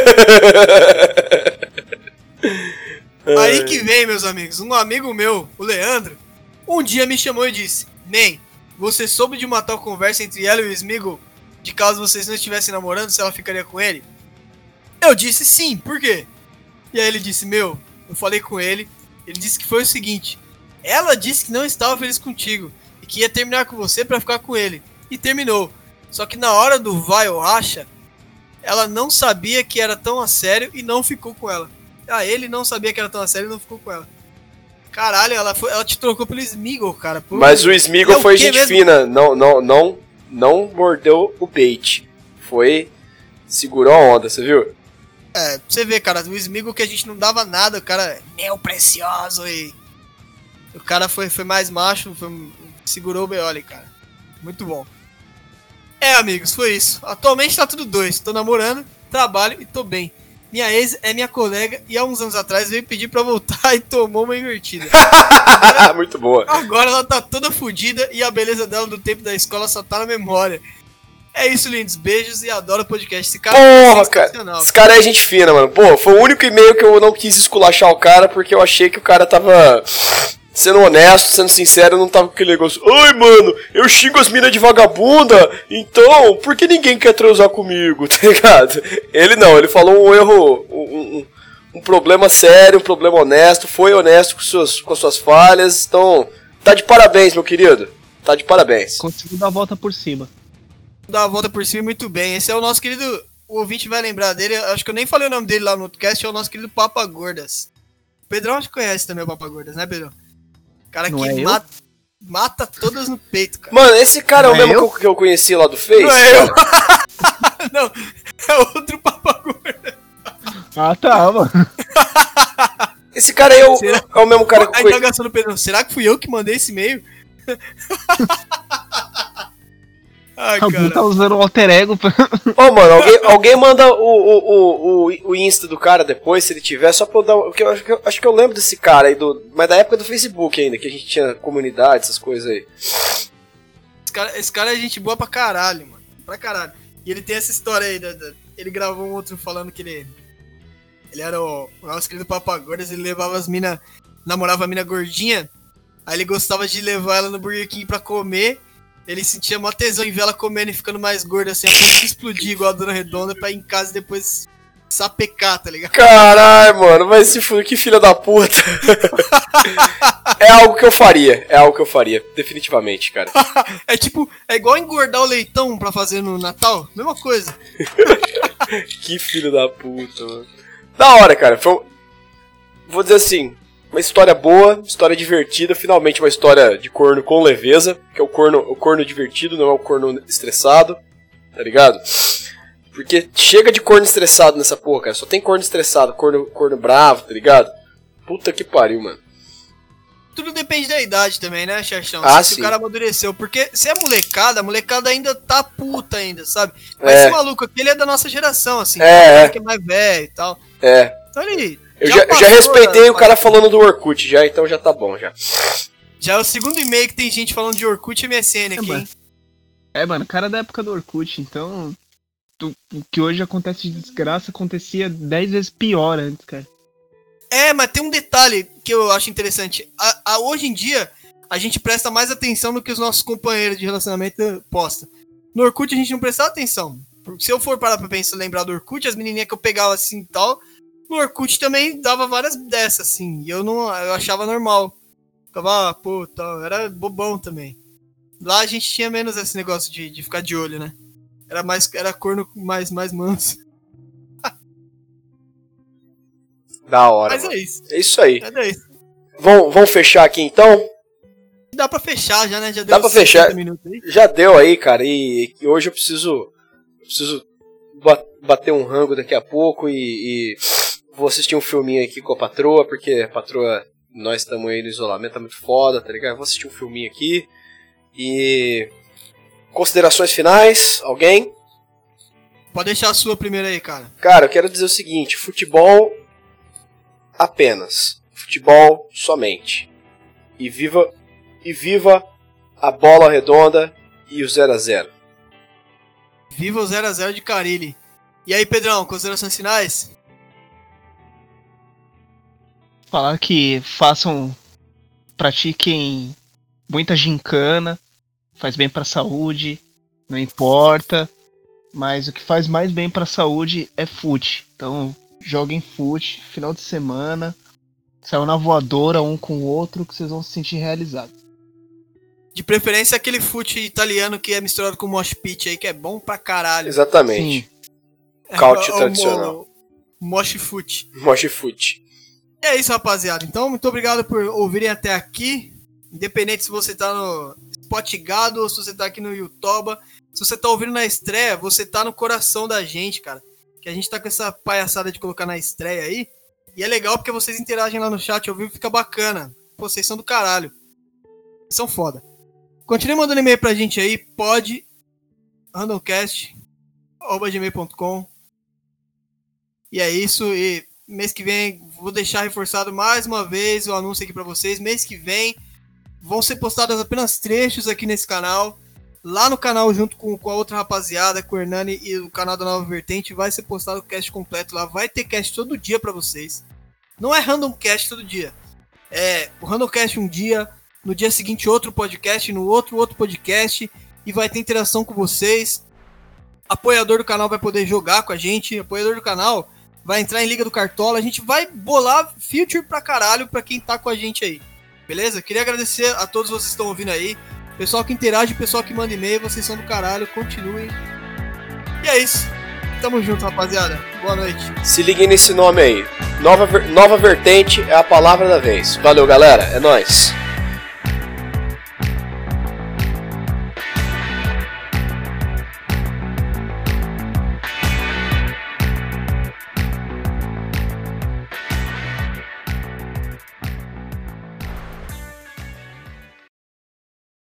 Aí que vem, meus amigos. Um amigo meu, o Leandro, um dia me chamou e disse: Man, você soube de uma tal conversa entre ela e o Smiggle? De caso vocês não estivessem namorando, se ela ficaria com ele? Eu disse sim, por quê? E aí ele disse: Meu, eu falei com ele. Ele disse que foi o seguinte: ela disse que não estava feliz contigo e que ia terminar com você pra ficar com ele. E terminou. Só que na hora do vai ou racha, ela não sabia que era tão a sério e não ficou com ela. Ah, ele não sabia que era tão a sério e não ficou com ela. Caralho, ela, foi, ela te trocou pelo Smiggle, cara. Por... Mas o Smiggle é foi gente mesmo? fina. Não, não, não, não mordeu o bait. Foi... Segurou a onda, você viu? É, você vê, cara, o Smiggle que a gente não dava nada, o cara é mel precioso e... O cara foi, foi mais macho, foi, segurou o B O ali, cara. Muito bom. É, amigos, foi isso. Atualmente tá tudo dois. Tô namorando, trabalho e tô bem. Minha ex é minha colega e há uns anos atrás veio pedir pra voltar e tomou uma invertida. Agora, Muito boa. Agora ela tá toda fodida e a beleza dela do tempo da escola só tá na memória. É isso, lindos. Beijos e adoro o podcast. Esse cara Porra, é cara. Esse cara é gente fina, mano. Pô, foi o único e-mail que eu não quis esculachar o cara porque eu achei que o cara tava sendo honesto, sendo sincero, não tava com aquele negócio. Ai, mano, eu xingo as minas de vagabunda, então por que ninguém quer transar comigo, tá ligado? Ele não, ele falou um erro, um, um, um problema sério, um problema honesto, foi honesto com suas, com as suas falhas, então tá de parabéns, meu querido. Tá de parabéns. Conseguiu dar a volta por cima. Dar a volta por cima muito bem. Esse é o nosso querido, o ouvinte vai lembrar dele, acho que eu nem falei o nome dele lá no podcast, é o nosso querido Papa Gordas. O Pedrão acho que conhece também o Papa Gordas, né, Pedrão? Cara Não que é mata, mata todas no peito, cara. Mano, esse cara é o Não é mesmo que eu? eu, que eu conheci lá do Face? Não é eu. Não, é outro Papa Gordas. Ah, tá, mano. Esse cara aí é o, Será? é o mesmo cara que A eu conheci. indagação do Pedrão, será que fui eu que mandei esse e-mail? Ai, Alguém tá cara. usando o alter ego pra... Ô, mano, alguém, alguém manda o, o, o, o, o Insta do cara depois, se ele tiver, só pra eu dar. Porque eu acho, que eu acho que eu lembro desse cara aí, do, mas da época do Facebook ainda, que a gente tinha comunidade, essas coisas aí. Esse cara, esse cara é gente boa pra caralho, mano. Pra caralho. E ele tem essa história aí, da, da- ele gravou um outro falando que ele. Ele era o, o nosso querido Papagordas, ele levava as minas. Namorava a mina gordinha. Aí ele gostava de levar ela no Burger King pra comer. Ele sentia mó tesão em ver ela comendo e ficando mais gorda, assim, a ponto de explodir igual a Dona Redonda pra ir em casa e depois sapecar, tá ligado? Caralho, mano, vai se fuder, que filha da puta. É algo que eu faria, é algo que eu faria, definitivamente, cara. É tipo, é igual engordar o leitão pra fazer no Natal, mesma coisa. Que filho da puta, mano. Da hora, cara. Foi, um- vou dizer assim, uma história boa, história divertida, finalmente uma história de corno com leveza, que é o corno, o corno divertido, não é o corno estressado, tá ligado? Porque chega de corno estressado nessa porra, cara. Só tem corno estressado, corno, corno bravo, tá ligado? Puta que pariu, mano. Tudo depende da idade também, né, Xaxão? Ah, se sim. o cara amadureceu. Porque se é molecada, a molecada ainda tá puta ainda, sabe? Mas É. esse maluco aqui, ele é da nossa geração, assim. É, é. um cara é. que é mais velho e tal. É. Então ele... Eu já, eu já passou respeitei da- o cara falando do Orkut, já, então já tá bom, já. Já é o segundo e-mail que tem gente falando de Orkut e M S N aqui, É, hein? É, mano, cara da época do Orkut, então... tu- o que hoje acontece de desgraça acontecia dez vezes pior antes, cara. É, mas tem um detalhe que eu acho interessante. A, a- hoje em dia, a gente presta mais atenção no que os nossos companheiros de relacionamento postam. No Orkut a gente não prestava atenção. Porque se eu for parar pra pensar, lembrar do Orkut, as menininhas que eu pegava assim e tal, no Orkut também dava várias dessas, assim. E eu não eu achava normal. Ficava, ah, pô, tal. Era bobão também. Lá a gente tinha menos esse negócio de, de ficar de olho, né? Era mais era corno mais, mais manso. Da hora, Mas mano. é isso. É isso aí. É isso. Vamos, vamos fechar aqui então? Dá pra fechar já, né? Já Dá deu pra uns fechar. cinquenta minutos aí. Já deu aí, cara, e, e hoje eu preciso preciso ba- bater um rango daqui a pouco e, e vou assistir um filminho aqui com a patroa, porque a patroa, nós estamos aí no isolamento, tá muito foda, tá ligado? Vou assistir um filminho aqui e... Considerações finais? Alguém? Pode deixar a sua primeira aí, cara. Cara, eu quero dizer o seguinte, futebol apenas. Futebol somente. E viva, e viva a bola redonda e o zero a zero. Viva o zero a zero de Carille. E aí, Pedrão, considerações finais? Falar que façam... pratiquem muita gincana, faz bem pra saúde, não importa, mas o que faz mais bem pra saúde é fute. Então, joguem fute, final de semana, saiam na voadora um com o outro que vocês vão se sentir realizados. De preferência aquele fute italiano que é misturado com mosh pit aí, que é bom pra caralho. Exatamente. Sim, Caute É o- tradicional. o- o Mosh fute. Moshi Foot. E é isso, rapaziada. Então, muito obrigado por ouvirem até aqui. Independente se você tá no Spotigado ou se você tá aqui no YouTube. Se você tá ouvindo na estreia, você tá no coração da gente, cara. Que a gente tá com essa palhaçada de colocar na estreia aí. E é legal porque vocês interagem lá no chat ao vivo, fica bacana. Pô, vocês são do caralho. Vocês são foda. Continue mandando e-mail pra gente aí, pode randomcast arroba gmail ponto com. E é isso, e mês que vem vou deixar reforçado mais uma vez o anúncio aqui pra vocês. Mês que vem vão ser postados apenas trechos aqui nesse canal. Lá no canal, junto com, com a outra rapaziada, com o Hernani e o canal da Nova Vertente, vai ser postado o cast completo lá. Vai ter cast todo dia pra vocês. Não é random cast todo dia. É o random cast um dia, no dia seguinte outro podcast, no outro outro podcast. E vai ter interação com vocês. Apoiador do canal vai poder jogar com a gente. Apoiador do canal vai entrar em Liga do Cartola. A gente vai bolar feature pra caralho pra quem tá com a gente aí. Beleza? Queria agradecer a todos vocês que estão ouvindo aí. Pessoal que interage, pessoal que manda e-mail, vocês são do caralho, continuem. E é isso. Tamo junto, rapaziada. Boa noite. Se liguem nesse nome aí. Nova, Nova Vertente é a palavra da vez. Valeu, galera. É nóis.